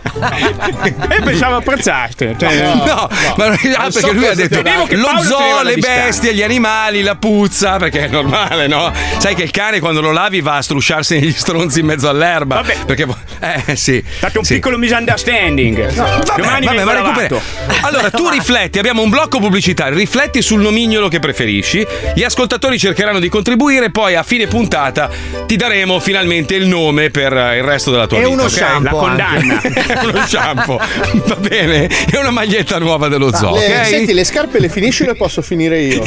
E pensavo apprezzarti. Cioè, No, ma non- ah, Non so perché lui ha cosa detto vedevo che lo Paolo teneva zoo, la le distanza. bestie, gli animali, la puzza, perché è normale, no? Sai che il cane quando lo lavi va a strusciarsi negli stronzi in mezzo all'erba. Vabbè. Perché eh sì. è stato un sì. piccolo misunderstanding. Vabbè, Domani vabbè, vengo ma lavato. recuperi. Allora, tu rifletti, abbiamo un blocco pubblicitario, rifletti sul nomignolo che preferisci, gli ascoltatori cercheranno di contribuire, poi a fine puntata ti daremo finalmente il nome per il resto della tua È vita. uno ok? shampoo La condanna. È uno shampoo. Va bene. È una maglietta nuova dello zoo. Le- ok? Senti, le scarpe le finisci o le posso finire io?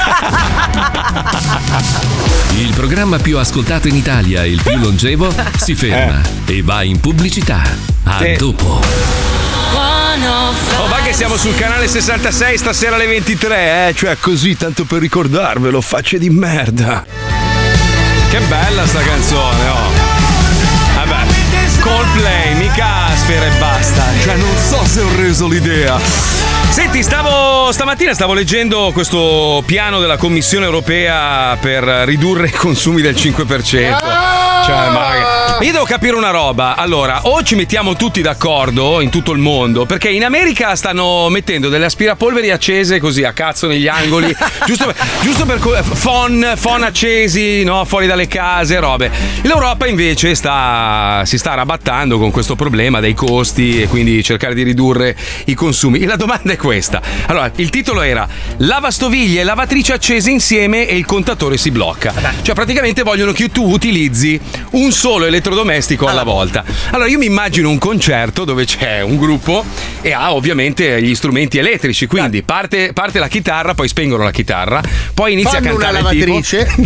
Il programma più ascoltato in Italia e il più longevo si ferma e va in pubblicità. A Sì. dopo. Oh, va che siamo sul canale sessantasei stasera alle ventitré, eh? Cioè così, tanto per ricordarvelo, facce di merda. Che bella sta canzone, oh. Vabbè, Coldplay, mica Sfera e basta. Cioè non so se ho reso l'idea. Senti, stavo stamattina stavo leggendo questo piano della Commissione Europea per ridurre i consumi del cinque per cento. Cioè, ma io devo capire una roba. Allora, o ci mettiamo tutti d'accordo in tutto il mondo, perché in America stanno mettendo delle aspirapolveri accese così a cazzo negli angoli, giusto per, giusto per co- phon, phon accesi, no, fuori dalle case, robe. L'Europa invece sta si sta arrabattando con questo problema dei costi e quindi cercare di ridurre i consumi. E la domanda è questa. Allora, il titolo era lavastoviglie e lavatrice accese insieme e il contatore si blocca. Cioè praticamente vogliono che tu utilizzi un solo elettrodomestico alla volta. Allora io mi immagino un concerto dove c'è un gruppo e ha ovviamente gli strumenti elettrici, quindi parte, parte la chitarra, poi spengono la chitarra, poi inizia Fanno a cantare una il tipo.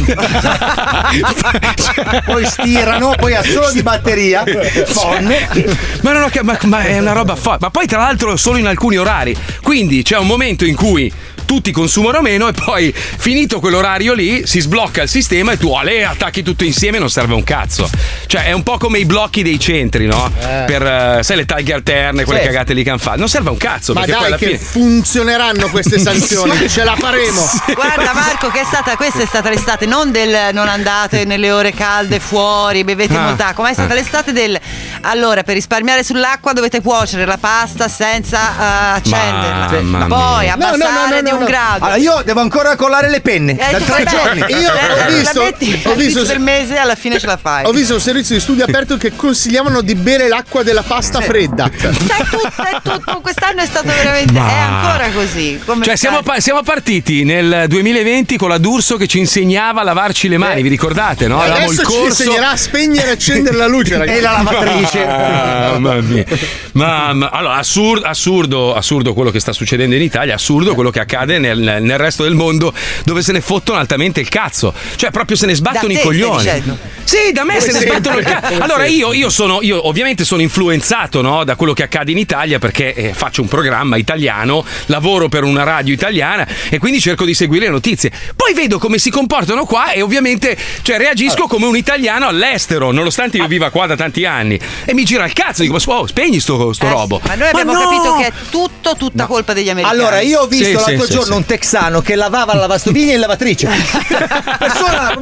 lavatrice. Poi stirano, poi ha solo di batteria. Phon. Ma, non ho cap- ma, ma è una roba forte. Ma poi tra l'altro solo in alcuni orari. Quindi c'è un momento in cui tutti consumano meno e poi finito quell'orario lì si sblocca il sistema e tu ale, attacchi tutto insieme e non serve un cazzo. Cioè è un po' come i blocchi dei centri, no? Eh. Per eh, sai le taglie alterne, quelle Sì. cagate lì che hanno fatto. Non serve un cazzo. Ma perché poi dai alla che fine funzioneranno queste sanzioni, che ce la faremo. Guarda Marco, che è stata questa è stata l'estate non del non andate nelle ore calde fuori, bevete Ah. molta acqua, ma è stata Ah. l'estate del allora per risparmiare sull'acqua dovete cuocere la pasta senza uh, accenderla. Mamma Poi mia. abbassare No, no, no, no, di no, un no. grado. Allora, io devo ancora collare le penne Eh, da tu tre fai giorni. bene. Io ho La- visto- la metti ho visto- all'inizio del mese e alla fine ce la fai. Ho visto un servizio di studio aperto che consigliavano di bere l'acqua della pasta fredda. È tutto, è tutto. Quest'anno è stato veramente Ma- è ancora così. Come Cioè siamo, pa- siamo partiti nel duemilaventi con la D'Urso che ci insegnava a lavarci le mani, vi ricordate, no? Avevamo Adesso il ci corso. insegnerà a spegnere e accendere la luce, ragazzi. E la lavatrice. Ah, mamma mia. Mamma. Allora, assurdo, assurdo, assurdo quello che sta succedendo in Italia, assurdo quello che accade nel, nel resto del mondo dove se ne fottono altamente il cazzo. Cioè, proprio se ne sbattono Da i te coglioni. stai dicendo? Sì, da me Come se ne sempre, sbattono il cazzo. come Allora, sempre. io, io sono, io ovviamente sono influenzato, no, da quello che accade in Italia perché eh, faccio un programma italiano, lavoro per una radio italiana e quindi cerco di seguire le notizie. Poi vedo come si comportano qua e ovviamente cioè, reagisco come un italiano all'estero, nonostante io viva qua da tanti anni. E mi gira il cazzo, dico, oh, spegni sto, sto Eh, robo. Ma noi abbiamo no! capito che è tutto tutta colpa degli americani. Allora, io ho visto Sì, l'altro sì, giorno sì, un texano che lavava la lavastoviglie in lavatrice. Persona,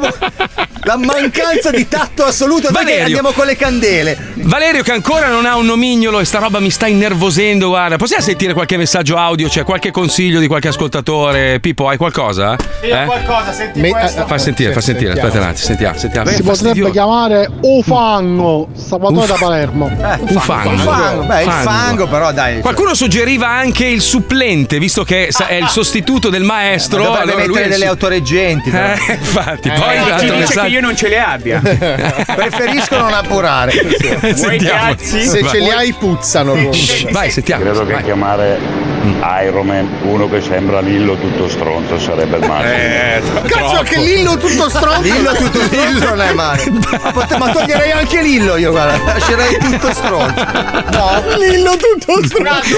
la mancanza di tatto assoluto. Noi che Valerio. andiamo con le candele. Valerio che ancora non ha un nomignolo e sta roba mi sta innervosendo, guarda. Possiamo sentire qualche messaggio audio, cioè qualche consiglio di qualche ascoltatore? Pippo, hai qualcosa? Io Eh? qualcosa, senti Me- questo. Fai sentire, Sì, fai sentire, sentiamo. aspetta un attimo, sentiamo, sentiamo. Si È potrebbe fastidioso. chiamare Ufango, Salvatore Uf- da Palermo. Un fango. Il fango, beh, il Fango. fango, però dai. Qualcuno suggeriva anche il supplente, visto che sa- è il sostituto del maestro. Ma dovrebbe allora lui mettere è il delle su- autoreggenti. però. Eh, infatti, Eh, poi no, un ci altro dice messaggio- che io non ce le abbia. Preferisco non appurare. Vuoi Sentiamo. cazzi? Se Vai. ce li hai puzzano. Shh, Vai, sentiamo. Credo che vai. chiamare Iron Man uno che sembra Lillo tutto stronzo sarebbe il massimo. Eh, tro- Cazzo, troppo. che Lillo tutto stronzo. Lillo tutto stronzo non è male. Ma, pot- ma toglierei anche Lillo io, guarda. Lascerei tutto stronzo. No, Lillo tutto stronzo.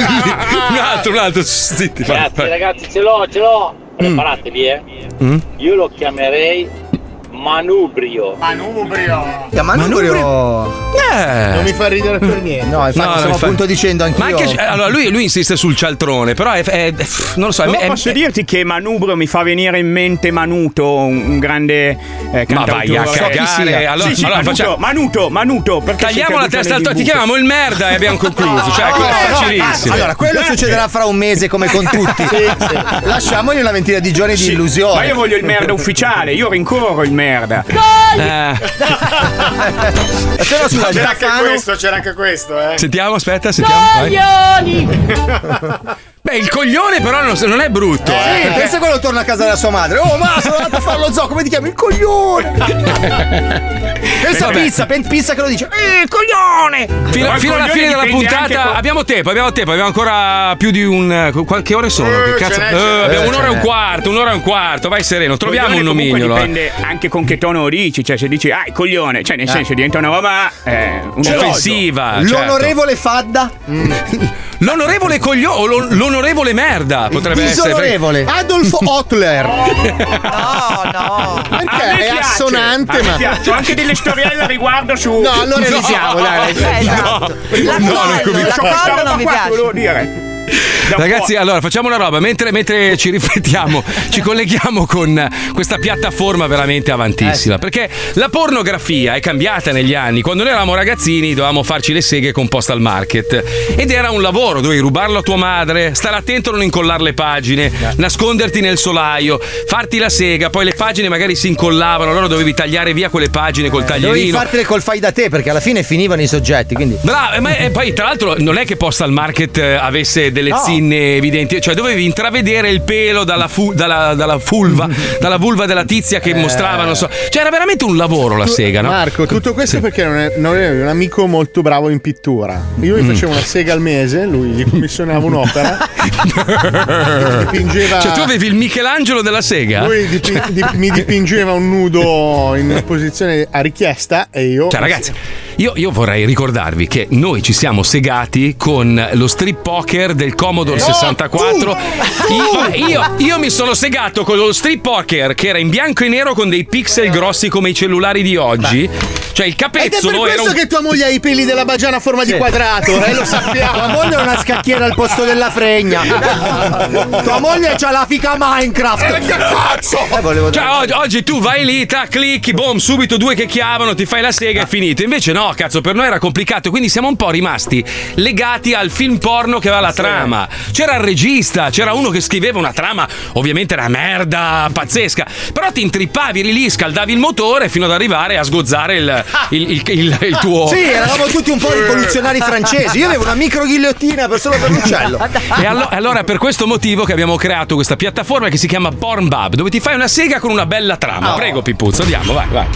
un altro, un altro. Zitti, vai, Grazie vai. ragazzi, ce l'ho, ce l'ho. Preparatevi, eh. Mm? Io lo chiamerei Manubrio. Manubrio. ya, manubrio. Eh. Non mi fa ridere per niente. No, infatti No, no, stavo infatti. appunto dicendo anch'io. Ma anche, allora lui, lui insiste sul cialtrone, però è, è- è- non lo so, è, Però è- posso è- dirti che Manubrio mi fa venire in mente Manuto, un, un grande eh, Ma cantautore. vai a So chi cagare. sia. Allora- sì, sì, allora Manuto, facciamo- Manuto, Manuto, perché tagliamo sei la caduto testa al nel to- ti buco. chiamiamo il merda e abbiamo concluso. Cioè, No, quello è no, facilissimo. Allora, quello succederà fra un mese come con tutti. Lasciamogli una ventina di giorni di Sì, illusione. ma io voglio il merda ufficiale, io rincorro il merda. Eh, Se no, scusa, C'era anche Giaffano- questo, c'era anche questo, eh. sentiamo, aspetta, sentiamo. Vai. Beh, il coglione però non, non è brutto. Eh, Eh, perché- pensa quando torna a casa della sua madre. Oh, ma sono andato a fare lo zoo, come ti chiami? Il coglione. Pensa a Vabbè. pizza, pen- pizza che lo dice. Eh, il coglione. Fino, Ma il fino alla coglione fine della dipende puntata anche qua- abbiamo tempo, abbiamo tempo, abbiamo ancora più di un. Qualche ore sono? Eh, che cazzo? ce n'è, Eh, ce n'è. abbiamo Eh, un'ora ce e un n'è. quarto, un'ora e un quarto, vai sereno, troviamo un Coglione comunque nomignolo. eh. dipende anche con che tono lo dici, cioè se dici ah il coglione, cioè nel Eh. senso diventa una roba eh, un Offensiva, certo. L'onorevole Fadda. L'onorevole coglione o l'on- l'onorevole merda potrebbe essere. Disonorevole. Adolf Hitler. No, no. Perché A me è piace, assonante, a me ma. piace. Ho anche delle storielle a riguardo su. No, allora evitiamo, dai. Eh, esatto. La No, non collo, cominciamo. la collo Questa non roba mi qua piace. te volevo dire. Da un Ragazzi, po'. allora facciamo una roba, mentre, mentre ci riflettiamo, ci colleghiamo con questa piattaforma veramente avantissima, perché la pornografia è cambiata negli anni. Quando noi eravamo ragazzini dovevamo farci le seghe con Postal Market ed era un lavoro, dovevi rubarlo a tua madre, stare attento a non incollare le pagine, nasconderti nel solaio, farti la sega, poi le pagine magari si incollavano, allora dovevi tagliare via quelle pagine col Dovevi taglierino. fartele col fai da te perché alla fine finivano i soggetti, quindi. Bravo, ma e poi tra l'altro non è che Postal Market eh, avesse delle No. zinne evidenti, cioè dovevi intravedere il pelo dalla, fu- dalla, dalla vulva, dalla vulva della tizia che mostrava, non so. Cioè era veramente un lavoro la sega, no? Marco, tutto questo perché non, è, non eri un amico molto bravo in pittura. Io gli Mm. facevo una sega al mese, lui gli commissionava un'opera. dipingeva. Cioè tu avevi il Michelangelo della sega? Lui dipi- dip- mi dipingeva un nudo in posizione a richiesta e io. Cioè ragazzi, io, io vorrei ricordarvi che noi ci siamo segati con lo strip poker del Commodore sessantaquattro. Io, io- io mi sono segato con lo strip poker che era in bianco e nero con dei pixel grossi come i cellulari di oggi. Cioè il Ed è per capezzolo era questo un... che tua moglie ha i peli della bagiana a forma di quadrato, eh, lo sappiamo. Tua moglie è una scacchiera al posto della fregna. Tua moglie c'ha la fica Minecraft. Eh, che cazzo? Eh, volevo Cioè, oggi, oggi tu vai lì, ta, clicchi, boom, subito due che chiamano, ti fai la sega e è finito. Invece no, cazzo, per noi era complicato, quindi siamo un po' rimasti legati al film porno che aveva la trama. C'era il regista, c'era uno che scriveva una trama, ovviamente era merda pazzesca, però ti intrippavi, eri lì, scaldavi il motore fino ad arrivare a sgozzare il, il, il, il- il tuo... Sì, eravamo tutti un po' rivoluzionari francesi. Io avevo una micro ghigliottina per solo per l'uccello. E allo- allora è per questo motivo che abbiamo creato questa piattaforma che si chiama Pornhub, dove ti fai una sega con una bella trama. Oh. Prego Pippuzzo, andiamo, vai, vai.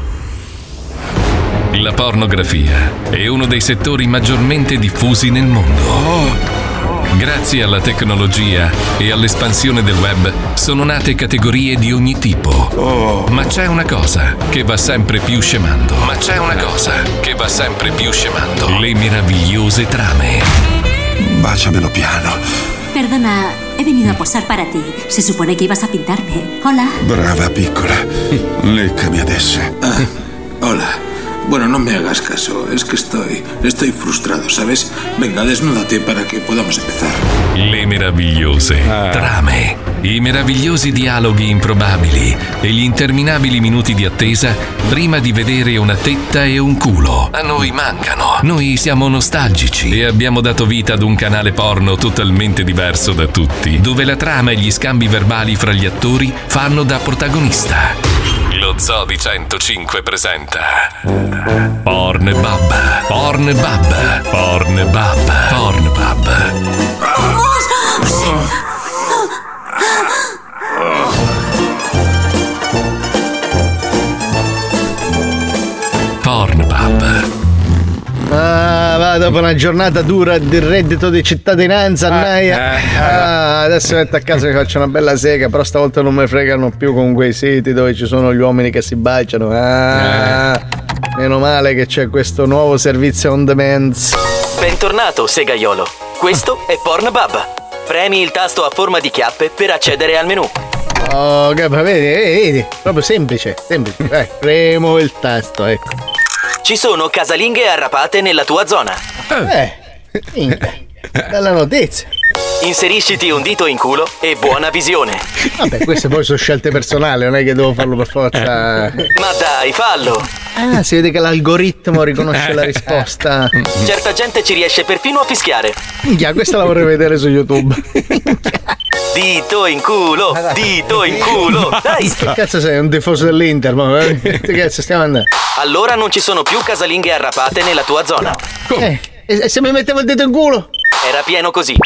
La pornografia è uno dei settori maggiormente diffusi nel mondo. Grazie alla tecnologia e all'espansione del web sono nate categorie di ogni tipo. Ma c'è una cosa che va sempre più scemando. Ma c'è una cosa che va sempre più scemando. Le meravigliose trame. Báciamelo piano. Perdona, he venido a posar para ti. Se supone que ibas a pintarme. Hola. Brava piccola. Leccami adesso. Ah, hola. Bueno, no me hagas caso, es que estoy, estoy frustrado, ¿sabes? Venga, desnúdate para que podamos empezar. Le meravigliose trame. I meravigliosi dialoghi improbabili e gli interminabili minuti di attesa prima di vedere una tetta e un culo. A noi mancano. Noi siamo nostalgici e abbiamo dato vita ad un canale porno totalmente diverso da tutti, dove la trama e gli scambi verbali fra gli attori fanno da protagonista. Lo Zoo di centocinque presenta Pornhub, Pornhub, Pornhub, Pornhub. Pornhub. Ah, va, dopo una giornata dura di reddito di cittadinanza, annaia. Ah, adesso metto a casa e faccio una bella sega, però stavolta non mi fregano più con quei siti dove ci sono gli uomini che si baciano. Ah, meno male che c'è questo nuovo servizio on demand. Bentornato, segaiolo. Questo è Pornhub. Premi il tasto a forma di chiappe per accedere al menu. Oh, capo, vedi, vedi, vedi, proprio semplice, semplice. Vai, premo il tasto, ecco. Ci sono casalinghe arrapate nella tua zona. Eh, minchia, bella notizia. Inserisciti un dito in culo e buona visione. Vabbè, queste poi sono scelte personali, non è che devo farlo per forza. Ma dai, fallo! Ah, si vede che l'algoritmo riconosce la risposta. Certa gente ci riesce perfino a fischiare. Minchia, questa la vorrei vedere su YouTube. Dito in culo, dito in culo. Dai! Che cazzo sei, un tifoso dell'Inter? Ma che cazzo stiamo andando? Allora non ci sono più casalinghe arrapate nella tua zona. Eh, e se mi mettevo il dito in culo? Era pieno così.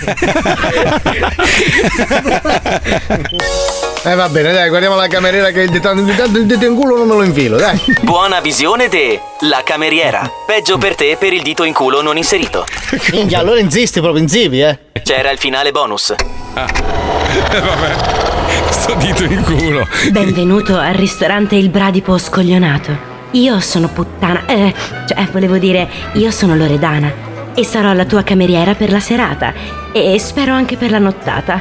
Eh va bene, dai, guardiamo la cameriera che il dito, il dito in culo non me lo infilo, dai. Buona visione de La Cameriera. Peggio per te per il dito in culo non inserito. Minchia, allora insisti proprio, insipi, eh. C'era il finale bonus. Ah. Eh, vabbè. Sto dito in culo. Benvenuto al ristorante Il Bradipo Scoglionato. Io sono puttana. Eh, cioè, volevo dire, io sono Loredana. E sarò la tua cameriera per la serata. E spero anche per la nottata.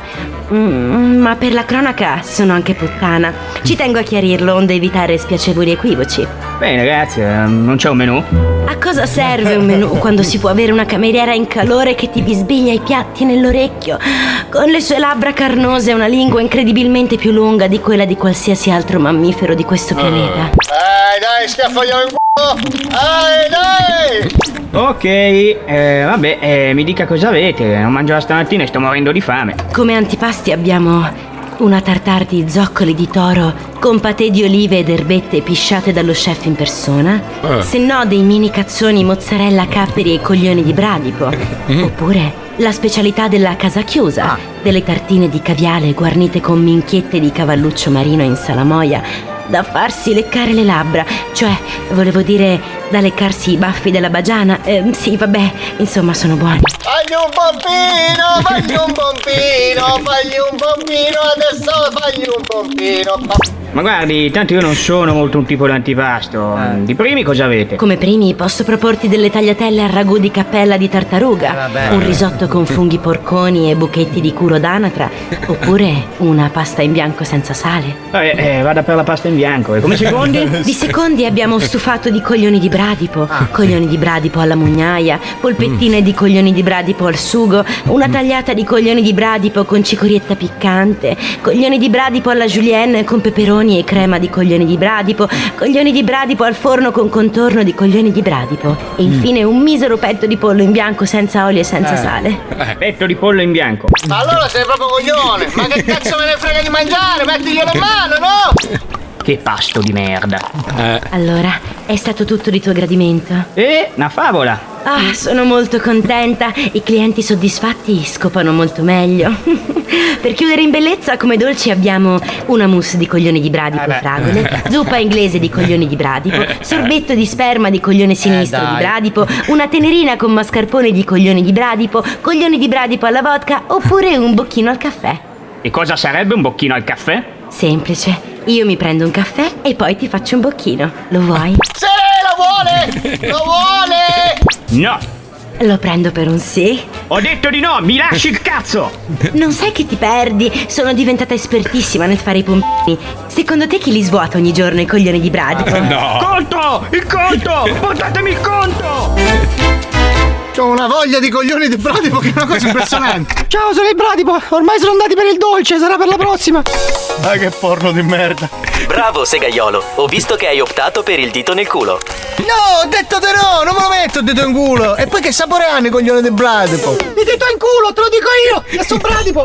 Mm, ma per la cronaca sono anche puttana. Ci tengo a chiarirlo, onde evitare spiacevoli equivoci. Bene, grazie. Non c'è un menù? A cosa serve un menù quando si può avere una cameriera in calore che ti bisbiglia i piatti nell'orecchio, con le sue labbra carnose e una lingua incredibilmente più lunga di quella di qualsiasi altro mammifero di questo pianeta? Dai, dai, schiaffogliamo in culo! Dai, dai! Ok, eh, vabbè, eh, mi dica cosa avete. Non mangio da stamattina e sto morendo di fame. Come antipasti abbiamo una tartare di zoccoli di toro con patè di olive ed erbette pisciate dallo chef in persona, Eh. se no dei mini cazzoni mozzarella, capperi e coglioni di bradipo, oppure la specialità della casa chiusa, delle tartine di caviale guarnite con minchiette di cavalluccio marino in salamoia da farsi leccare le labbra, cioè volevo dire da leccarsi i baffi della bagiana. Eh, sì, vabbè, insomma sono buoni. Fagli un pompino, fagli un pompino, fagli un pompino, adesso fagli un pompino. Ma guardi, tanto io non sono molto un tipo d'antipasto. Di primi cosa avete? Come primi posso proporti delle tagliatelle al ragù di cappella di tartaruga, un risotto con funghi porconi e buchetti di curo d'anatra, oppure una pasta in bianco senza sale. Vabbè, eh, vada per la pasta in bianco. E come secondi? Di secondi abbiamo stufato di coglioni di bradipo, coglioni di bradipo alla mugnaia, polpettine di coglioni di bradipo al sugo, una tagliata di coglioni di bradipo con cicorietta piccante, coglioni di bradipo alla julienne con peperoni e crema di coglioni di bradipo, coglioni di bradipo al forno con contorno di coglioni di bradipo e infine un misero petto di pollo in bianco senza olio e senza Eh. sale. Petto di pollo in bianco. Ma allora sei proprio coglione! Ma che cazzo me ne frega di mangiare? Mettiglielo in mano, no? Che pasto di merda. Allora, è stato tutto di tuo gradimento? Eh, una favola. Ah, sono molto contenta. I clienti soddisfatti scopano molto meglio. Per chiudere in bellezza, come dolci abbiamo una mousse di coglioni di bradipo e fragole, zuppa inglese di coglioni di bradipo, sorbetto di sperma di coglione sinistro dai. di bradipo, una tenerina con mascarpone di coglioni di bradipo, coglioni di bradipo alla vodka oppure un bocchino al caffè. E cosa sarebbe un bocchino al caffè? Semplice. Io mi prendo un caffè e poi ti faccio un bocchino. Lo vuoi? Sì, lo vuole! Lo vuole! No! Lo prendo per un sì? Ho detto di no, mi lasci il cazzo! Non sai che ti perdi? Sono diventata espertissima nel fare i pompini. Secondo te chi li svuota ogni giorno i coglioni di bradipo? No! Conto! Il conto! Portatemi il conto! C'ho una voglia di coglioni di bradipo che è una cosa impressionante. Ciao, sono il Bradipo. Ormai sono andati per il dolce, sarà per la prossima. Ah, che porno di merda. Bravo, segaiolo. Ho visto che hai optato per il dito nel culo. No, ho detto di no, non me lo metto il dito in culo. E poi che sapore hanno i coglioni di bradipo? Mi dito in culo, te lo dico io. Io sono Bradipo.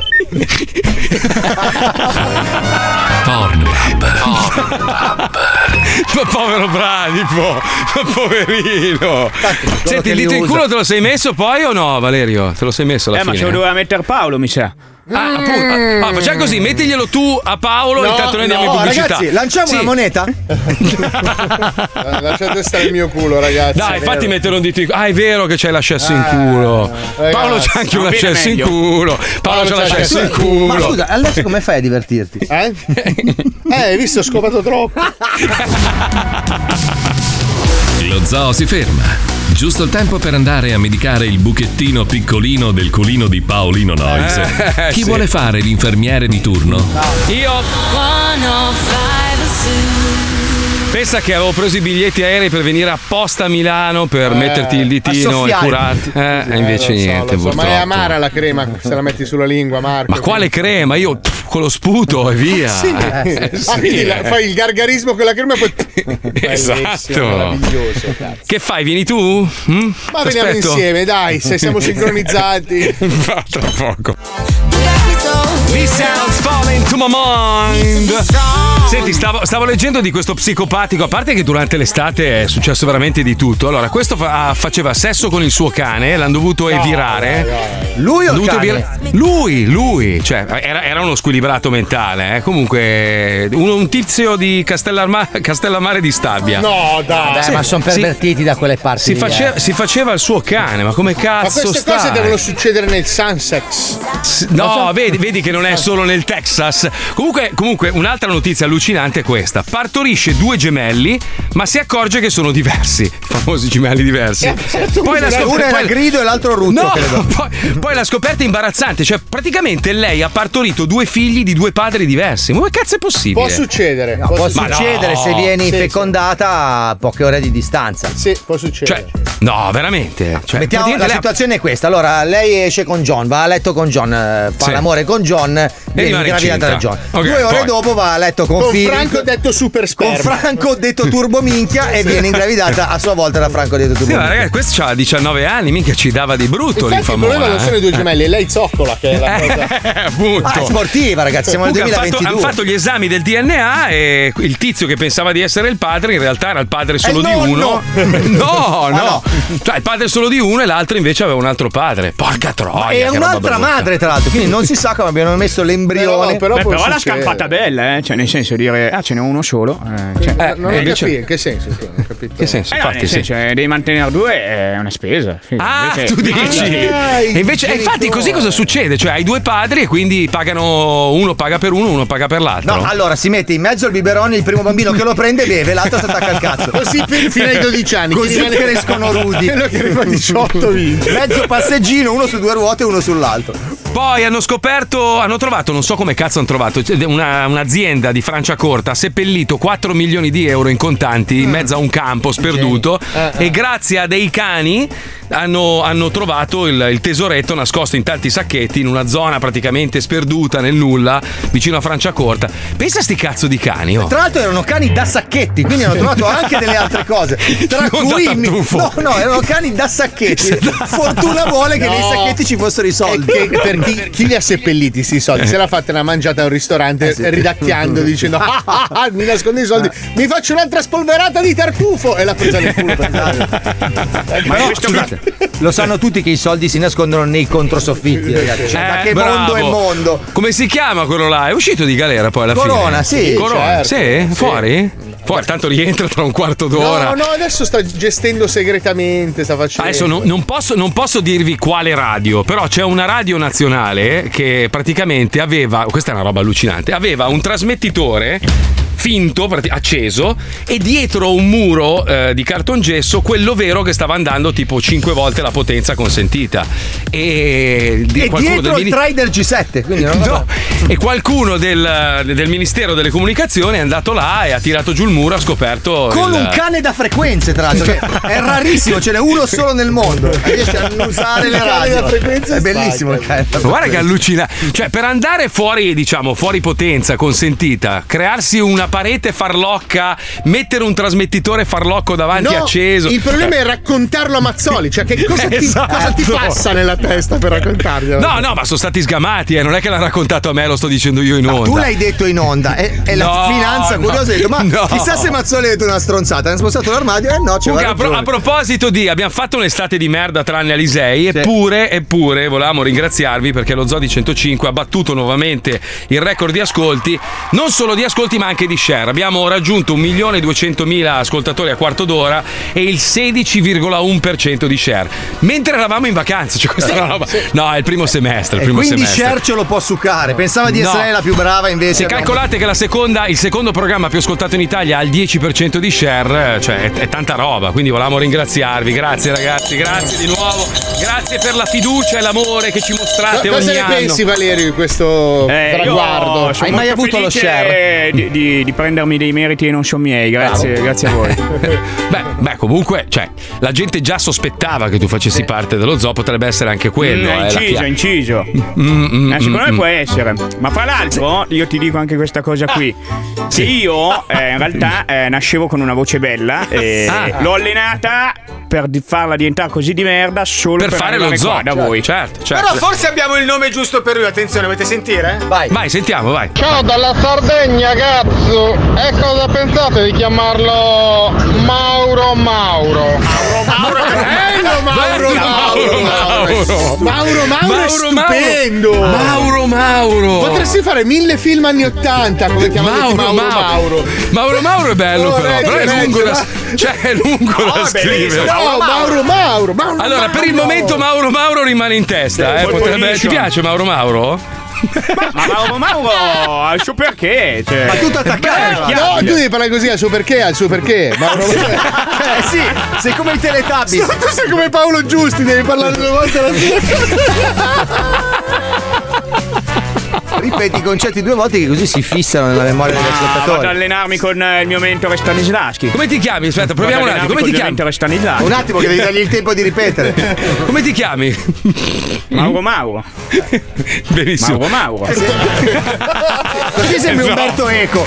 Pornhub. Ma povero bradipo, ma poverino. Senti, che il li dito in usa. culo te lo sei messo poi o no, Valerio? Te lo sei messo alla Eh, ma fine? ce lo doveva mettere Paolo, mi sa. Ah, appunto. Ah, facciamo così, mettiglielo tu a Paolo, No, intanto noi andiamo no, in pubblicità. ragazzi, lanciamo Sì. una moneta. Lasciate stare il mio culo, ragazzi. Dai, fatti mettere un dito in culo. Ah, è vero che c'è l'ascesso in Ah, culo. ragazzi, Paolo c'ha anche un non viene ascesso in meglio. culo. Paolo c'ha l'ascesso in culo. Ma scusa, adesso come fai a divertirti? Eh? Eh, hai visto, ho scopato troppo. Lo zoo si ferma. Giusto il tempo per andare a medicare il buchettino piccolino del colino di Paolino Noise. Eh, Chi sì. vuole fare l'infermiere di turno? Io. Pensa che avevo preso i biglietti aerei per venire apposta a Milano per Eh, metterti il a ditino e soffiare. curarti. Eh, e Eh, invece lo so, niente, lo so, purtroppo. ma è amara la crema se la metti sulla lingua, Marco. Ma quale crema? Io pff, con lo sputo e via. Sì. Eh, Ah, sì, quindi la- eh. fai il gargarismo con la crema e poi. Esatto. Bellissimo, meraviglioso, cazzo. Che fai? Vieni tu? Mm? Ma veniamo T'aspetto. insieme, dai, se siamo sincronizzati. Va tra poco. This sounds falling to my mind. Senti, stavo, stavo leggendo di questo psicopatico, a parte che durante l'estate è successo veramente di tutto. Allora, questo fa- faceva sesso con il suo cane, l'hanno dovuto evirare. Lui o il Dovuto cane? evira- Lui, lui, cioè era, era uno squilibrato mentale. Eh. Comunque, un, un tizio di Castellarma- Castellammare di Stabia. No, dai. Beh, Sì, ma sono sì. pervertiti da quelle parti. Si lì, faceva, eh. si faceva il suo cane, ma come Ma cazzo queste stai? cose devono succedere nel Sunsex. S- No, vedi, vedi che non è solo nel Texas. Comunque, comunque, un'altra notizia allucinante è questa: partorisce due gemelli, ma si accorge che sono diversi. Famosi gemelli diversi. Poi la scop- Uno era poi- grido e l'altro rutto, No, credo. poi, poi la scoperta è imbarazzante. Cioè, praticamente lei ha partorito due figli di due padri diversi. Ma che cazzo è possibile? Può succedere. No, può Ma succedere no. se vieni Sì, fecondata a poche ore di distanza. Sì, può succedere. Cioè, no, veramente. Cioè, Mettiamo, la praticamente lei- situazione è questa. Allora, lei esce con John, va a letto con John, eh, fa Sì. l'amore con John, viene rimane ingravidata da incinta. John. Ok, Due ore poi. dopo va a letto con, Con Philip, Franco detto super con sperma. Franco detto turbo minchia e viene ingravidata a sua volta da Franco detto turbo Sì, ma minchia. ragazzi, questo c'ha diciannove anni, minchia ci dava di brutto lì Infatti il famosa. problema non sono i due gemelli, è lei zoccola che è la cosa. Eh, appunto. Ah, è sportiva, ragazzi, siamo nel Comunque, hanno fatto, duemilaventidue. hanno fatto gli esami del D N A e il tizio che pensava di essere il padre in realtà era il padre solo il di nonno. uno. No, no. no. Cioè il padre solo di uno e l'altro invece aveva un altro padre. Porca troia. E che roba un'altra brutta. madre, tra l'altro, quindi non si sa come abbiano messo l'embrione. Però, però Beh, può però l'ha succedere. scampata bella, eh? Cioè, nel senso dire, ah, ce n'è uno solo. Eh, cioè, Eh, Non e ho invece- capito, in che senso? Sì, non ho capito. Che senso? eh, no, Infatti, nel sì. senso, eh, devi mantenere due è una spesa. Sì, Ah, invece- tu dici? Ah, e invece, i e infatti, così genitori. cosa succede? Cioè, hai due padri e quindi pagano, uno paga per uno, uno paga per l'altro. No, allora si mette in mezzo il biberone, il primo bambino che lo prende beve, l'altro si attacca al cazzo. Così per- fino ai dodici anni. Così chi rimane- crescono rudi. Quello che arriva a diciotto vince. Mezzo passeggino, uno su due ruote e uno sull'altro. Poi hanno scoperto, hanno trovato, non so come cazzo hanno trovato, cioè, una- un'azienda di Franciacorta ha seppellito quattro milioni di euro in contanti in mezzo a un campo sperduto e grazie a dei cani hanno, hanno trovato il, il tesoretto nascosto in tanti sacchetti in una zona praticamente sperduta nel nulla vicino a Franciacorta. Pensa a sti cazzo di cani, oh. Tra l'altro erano cani da sacchetti, quindi hanno trovato anche delle altre cose. Tra Non da cui tartufo. no, no, erano cani da sacchetti. Fortuna vuole che No. nei sacchetti ci fossero i soldi. Che- per chi, chi li ha seppelliti sti soldi? Se l'ha fatta una mangiata a un ristorante ridacchiando dicendo ah, ah, ah, mi nascondo i soldi, mi faccio un'altra spolverata di tartufo e l'ha presa nel culo per dare. Ma no, scusate, lo sanno tutti che i soldi si nascondono nei controsoffitti, ragazzi. Cioè, da Eh, che bravo. mondo è mondo? Come si chiama quello là? È uscito di galera poi alla Corona, fine. sì, Corona, certo. sì? Fuori? Fuori, tanto rientra tra un quarto d'ora. No, no, adesso sta gestendo segretamente, sta facendo. Adesso non, non posso, non posso dirvi quale radio, però c'è una radio nazionale che praticamente aveva, questa è una roba allucinante, aveva un trasmettitore finto, prati- acceso, e dietro un muro eh, di cartongesso quello vero che stava andando tipo cinque volte la potenza consentita. E, di- E qualcuno dietro del il mini- Trider G sette, quindi non No, e qualcuno del, del Ministero delle Comunicazioni è andato là e ha tirato giù il muro, ha scoperto con il- un cane da frequenze, tra l'altro, che è rarissimo, ce n'è uno solo nel mondo. Riesce a annusare le Il cane radio. da frequenze È bellissimo il spacca. cane. da Ma guarda che frequenze. allucina, cioè per andare fuori, diciamo, fuori potenza consentita, crearsi una parete farlocca, mettere un trasmettitore farlocco davanti No, acceso. il problema è raccontarlo a Mazzoli, cioè che cosa ti, Esatto. cosa ti passa nella testa per raccontarglielo? No, no, ma sono stati sgamati, eh. Non è che l'ha raccontato a me, lo sto dicendo io in onda. Tu l'hai detto in onda e, e la No, finanza no, curiosa ha detto: ma no. chissà se Mazzoli ha detto una stronzata. Hanno spostato l'armadio e no, c'è Comunque, a, pro- a proposito di, abbiamo fatto un'estate di merda tranne Alisei, eppure, eppure volevamo ringraziarvi perché lo Zoo di centocinque ha battuto nuovamente il record di ascolti, non solo di ascolti ma anche di share. Abbiamo raggiunto un milione e duecentomila ascoltatori a quarto d'ora e il sedici virgola uno per cento di share. Mentre eravamo in vacanza, cioè questa è una roba. No, è il primo semestre, il E primo quindi semestre. Cher ce lo può succare. Pensava di No. essere lei la più brava, invece. Se no. calcolate che la seconda, il secondo programma più ascoltato in Italia ha il dieci per cento di share, cioè è, è tanta roba, quindi volevamo ringraziarvi. Grazie ragazzi, grazie di nuovo. Grazie per la fiducia e l'amore che ci mostrate Co- cosa ogni ne anno. pensi, Valerio, di questo Eh, traguardo? io sono molto felice Di, di, di prendermi dei meriti che non sono miei, grazie, grazie a voi. Beh, beh, comunque, cioè, la gente già sospettava che tu facessi parte dello zoo, potrebbe essere anche quello. Mm, eh, la inciso, chia- inciso. Mm, mm, Eh, secondo mm, me mm. può essere. Ma fra l'altro, io ti dico anche questa cosa qui. Che io, eh, in realtà, eh, nascevo con una voce bella. E Ah. l'ho allenata per di- farla diventare così di merda solo per, Per fare arrivare lo zoo qua da voi. Certo, certo. Però forse abbiamo il nome giusto per lui. Attenzione, volete sentire? Vai. Vai, sentiamo, vai. Ciao dalla Sardegna, cazzo! E cosa pensate di chiamarlo Mauro Mauro? Mauro Bello Mauro Mauro Mauro Mauro Mauro è stupendo. Mauro Mauro Potresti fare mille film anni ottanta come chiamati Mauro Mauro Mauro Mauro è bello Oh, però, regge, però è regge, lungo da, va. cioè è lungo da scrivere. No, Mauro Mauro Mauro Allora, per il momento Mauro Mauro rimane in testa, eh. Poi Potrebbe... Position. Ti piace Mauro Mauro? Ma Mauro Mauro ha il suo perché? Cioè... Ma tutto attaccato. No, tu devi parlare così al suo perché, al suo perché. Mauro Mauro. Eh sì, sei come i Teletubbies. Tu sei come Paolo Giusti, devi parlare due volte la Ripeti i concetti due volte che così si fissano nella memoria degli Ah, vado ad ascoltatori. allenarmi con eh, il mio mentore Stanislaschi. Come ti chiami? Aspetta, proviamo un attimo. Come ti chiami? Stanislaschi. Un attimo che devi dargli il tempo di ripetere. Come ti chiami? Mauro Mauro. Benissimo. Mauro Mauro. Così sembri No. Umberto Eco.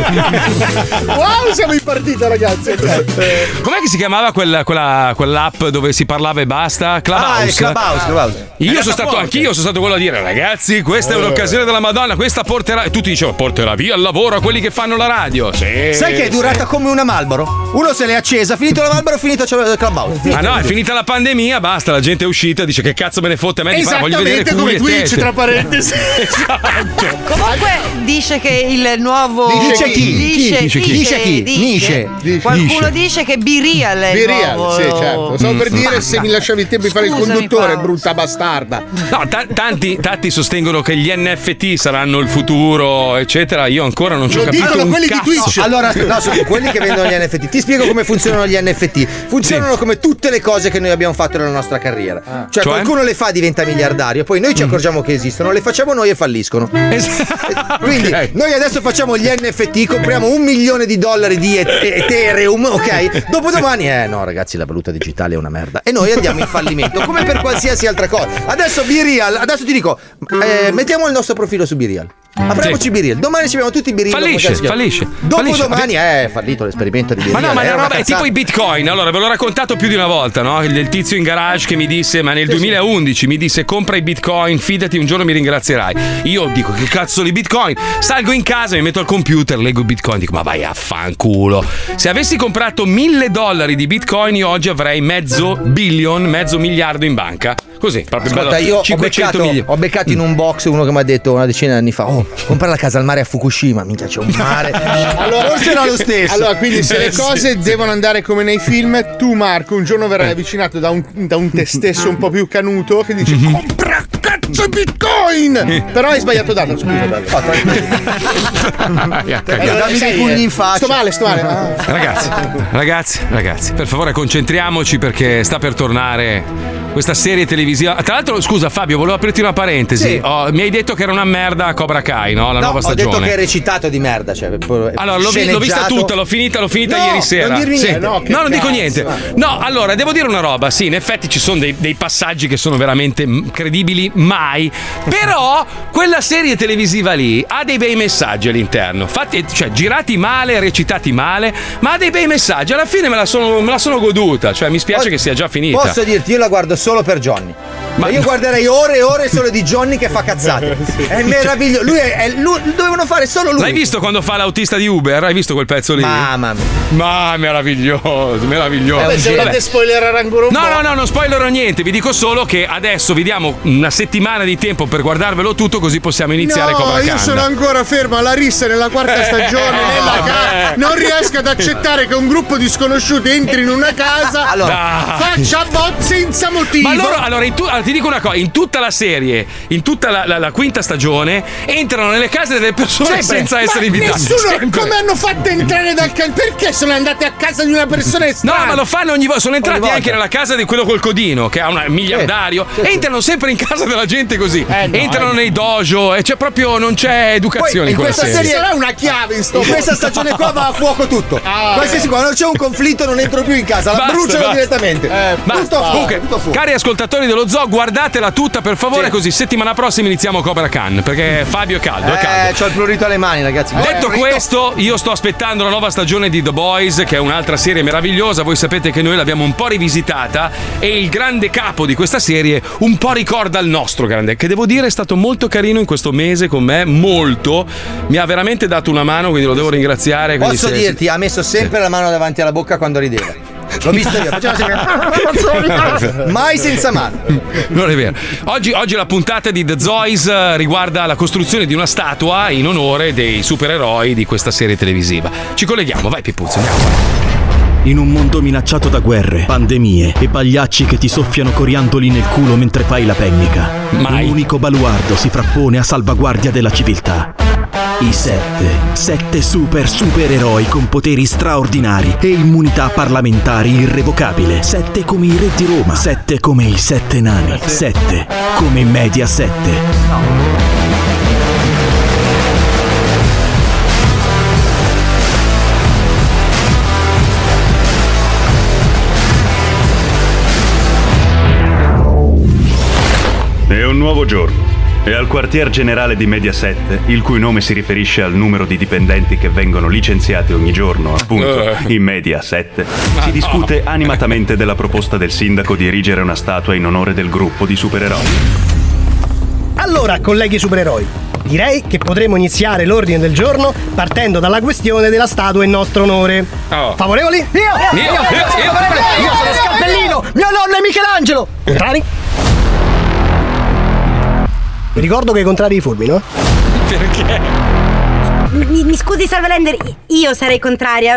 Wow, siamo in partita, ragazzi. Com'è che si chiamava quella, quella, quell'app dove si parlava e basta? Clubhouse. Ah, il Clubhouse, Clubhouse. Io sono stato anch'io, sono stato quello a dire, ragazzi, questa è un'occasione della Madonna, questa porterà. E tutti dicevano, porterà via il lavoro a quelli che fanno la radio. Sì, Sai che è durata come una Marlboro? Uno se l'è accesa, finito la Marlboro, finito il Clubhouse. Ah no, è finita la pandemia, basta, la gente è uscita, dice che cazzo me ne fotte a me di fare, voglio vedere Esattamente culi come e Twitch, tette. tra parentesi. Esatto. Comunque dice che il nuovo Dice chi? dice, Dice chi? Dice chi? Dice. Dice. Qualcuno dice che Birial è il Be real, nuovo. sì, certo. Stavo per dire se mi lasciavi il tempo di fare il Scusami, conduttore, Paolo. brutta bastarda. No, ta- tanti, tanti sostengono che gli N F T saranno il futuro, eccetera. Io ancora non ci ho Lo capito dicono un quelli di cazzo. Twitch. Allora, no, sono quelli che vendono gli N F T. Ti spiego come funzionano gli N F T. Funzionano come tutte le cose che noi abbiamo fatto nella nostra carriera. Cioè, Cioè? qualcuno le fa, diventa miliardario, poi noi ci accorgiamo che esistono, le facciamo noi e falliscono. Quindi Ok. noi adesso facciamo gli N F T, compriamo un milione di dollari di et- Ethereum, ok? Dopodomani, eh no ragazzi, la valuta digitale è una merda. E noi andiamo in fallimento, come per qualsiasi altra cosa. Adesso B-Real, adesso ti dico, eh, mettiamo il nostro profilo su B-Real. Apriamoci Sì. B-Real. Domani ci abbiamo tutti B-Real. Fallisce, fallisce. Dopodomani eh, è fallito l'esperimento di B-Real. Ma no, ma era è, una roba, è cazzata. tipo i bitcoin. Allora, ve l'ho raccontato più di una volta, no? Il, il tizio in garage che mi disse, ma nel duemilaundici mi disse compra i bitcoin, fidati, un giorno mi ringrazierai. Io dico, che cazzo di bitcoin? Salgo in casa, mi metto al computer, leggo i bitcoin, dico, ma vai a fanculo. Se avessi comprato mille dollari di bitcoin, io oggi avrei mezzo billion, mezzo miliardo in banca. Così, proprio Ascolta, bello, io ho cinquecento beccato, milioni. ho beccato in un box uno che mi ha detto una decina di anni fa: oh, compra la casa al mare a Fukushima. Minchia, c'è un mare. Allora, forse era lo stesso. Allora, quindi se le cose devono andare come nei film, tu, Marco, un giorno verrai avvicinato da un, da un te stesso un po' più canuto che dice: compra cazzo bitcoin! Però hai sbagliato data, scusa. Bello. Oh, dammi dei pugni in faccia. Sto male, sto male. Ah. Ragazzi, ragazzi, ragazzi, per favore concentriamoci perché sta per tornare questa serie televisiva. Tra l'altro, scusa Fabio, volevo aprirti una parentesi. Sì. Oh, mi hai detto che era una merda Cobra Kai, no? La No, nuova ho stagione. detto che è recitato di merda. Cioè, Allora, l'ho, vi- l'ho vista tutta, l'ho finita, l'ho finita No, ieri sera. non dirmi Sì. niente. No, No, che non dico cazzo. niente. No, allora, devo dire una roba. Sì, in effetti ci sono dei, dei passaggi che sono veramente mm, credibili mai. Però quella serie televisiva lì ha dei bei messaggi all'interno. Fatti, cioè, girati male, recitati male, ma ha dei bei messaggi. Alla fine me la sono, me la sono goduta. Cioè, mi spiace che sia già finita. Posso dirti, io la guardo solo per Johnny. Ma io guarderei ore e ore solo di Johnny che fa cazzate. È meraviglioso. Lui è, è lui, dovevano fare solo lui. L'hai visto quando fa l'autista di Uber? Hai visto quel pezzo lì? Mamma mia. Ma meraviglioso, meraviglioso. Vabbè, se Vabbè. volete spoilerare ancora un No, po'. no, no, non spoilerò niente. Vi dico solo che adesso vi diamo una settimana di tempo per guardarvelo tutto, così possiamo iniziare no, Cobra Kai. io sono ancora fermo alla rissa nella quarta stagione. Eh, nella vabbè. ca- non riesco ad accettare che un gruppo di sconosciuti entri in una casa, Allora. faccia bot senza motivo. Ma allora, allora, in tu- allora, ti dico una cosa: in tutta la serie, in tutta la, la- la quinta stagione, entrano nelle case delle persone Sempre. senza Ma essere invitati. Nessuno, Sempre. come hanno fatto a entrare dal cal- perché sono andati a casa di una persona No, estranea? ma lo fanno ogni volta. Sono entrati Ogni volta. anche nella casa di quello col codino, che ha un miliardario. Sì, sì, sì. Entrano sempre in casa della gente così. Eh, no, Entrano eh. nei dojo e c'è proprio non c'è educazione Poi, in in quella questa serie. serie- sarà una chiave in sto In questa stagione qua va a fuoco tutto. Ah, Qualsiasi quando c'è un conflitto non entro più in casa, la Basta, bruciano basta. direttamente. Eh, Ma tutto a fuoco, comunque, tutto a fuoco. cari ascoltatori dello Zoo, guardatela tutta per favore, Sì. così settimana prossima iniziamo Cobra Khan, perché Fabio è caldo, è caldo. Eh, c'ho il prurito alle mani, ragazzi. Detto Eh, questo, io sto aspettando la nuova stagione di The Boys, che è un'altra serie meravigliosa. Voi sapete che noi l'abbiamo un po' rivisitata e il grande capo di questa serie un po' ricorda il nostro grande, che devo dire è stato molto carino in questo mese con me, molto. Mi ha veramente dato una mano, quindi lo devo ringraziare. quindi Posso se- dirti, ha messo sempre la mano davanti alla bocca quando rideva. L'ho visto io, faceva sempre mai senza mano. Non è vero. Oggi, oggi la puntata di The Zoys eh, riguarda la costruzione di una statua in onore dei supereroi di questa serie televisiva. Ci colleghiamo, vai Pippuzzo, andiamo. In un mondo minacciato da guerre, pandemie e pagliacci che ti soffiano coriandoli nel culo mentre fai la pennica, Mai. un unico baluardo si frappone a salvaguardia della civiltà. I sette. Sette super supereroi con poteri straordinari e immunità parlamentari irrevocabile. Sette come i re di Roma. Sette come i sette nani. Sette come Media sette. È un nuovo giorno e al quartier generale di Mediaset, il cui nome si riferisce al numero di dipendenti che vengono licenziati ogni giorno, appunto, in media sette, si discute animatamente della proposta del sindaco di erigere una statua in onore del gruppo di supereroi. Allora, colleghi supereroi, direi che potremo iniziare l'ordine del giorno partendo dalla questione della statua in nostro onore. Oh. Favorevoli? Io! Io, io, io, io, io sono Scappellino, mio nonno è Michelangelo. Contrari? Vi ricordo che i contrari i fulmino. Perché? Mi, mi scusi Salvalender, io sarei contraria.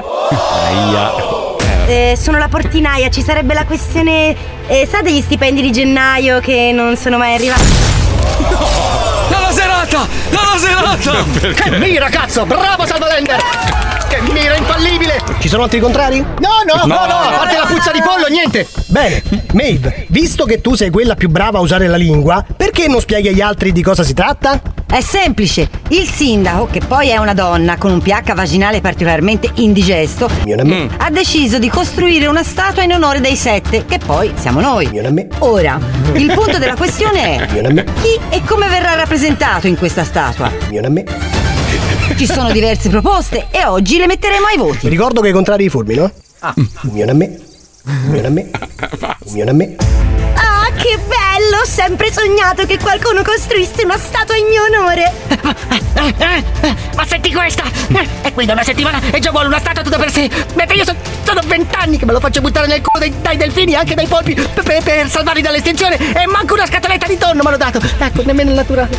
Eh, sono la portinaia, ci sarebbe la questione, eh, sa degli stipendi di gennaio che non sono mai arrivati? Non l'ho serata! Non l'ho serata! Che mira, cazzo! Bravo Salvalender! Che mira infallibile! Ci sono altri contrari? No, no, no, no, no, a parte la puzza di pollo, niente! Bene, Maeve, visto che tu sei quella più brava a usare la lingua, perché non spieghi agli altri di cosa si tratta? È semplice, il sindaco, che poi è una donna con un pH vaginale particolarmente indigesto, mm. ha deciso di costruire una statua in onore dei sette, che poi siamo noi. Ora, il punto della questione è chi e come verrà rappresentato in questa statua? Ci sono diverse proposte e oggi le metteremo ai voti. Vi ricordo che i contrari i fulmino. Ah. Un milione a me. Un milione a me. Un milione a me. Ah, che bello! Ho sempre sognato che qualcuno costruisse una statua in mio onore. Ma senti questa! E qui da una settimana e già vuole una statua tutta per sé. Mentre io so- sono vent'anni che me lo faccio buttare nel culo dei, dai delfini e anche dai polpi per, per, per salvarli dall'estinzione e manco una scatoletta di tonno me l'ho dato. Ecco, nemmeno il naturale.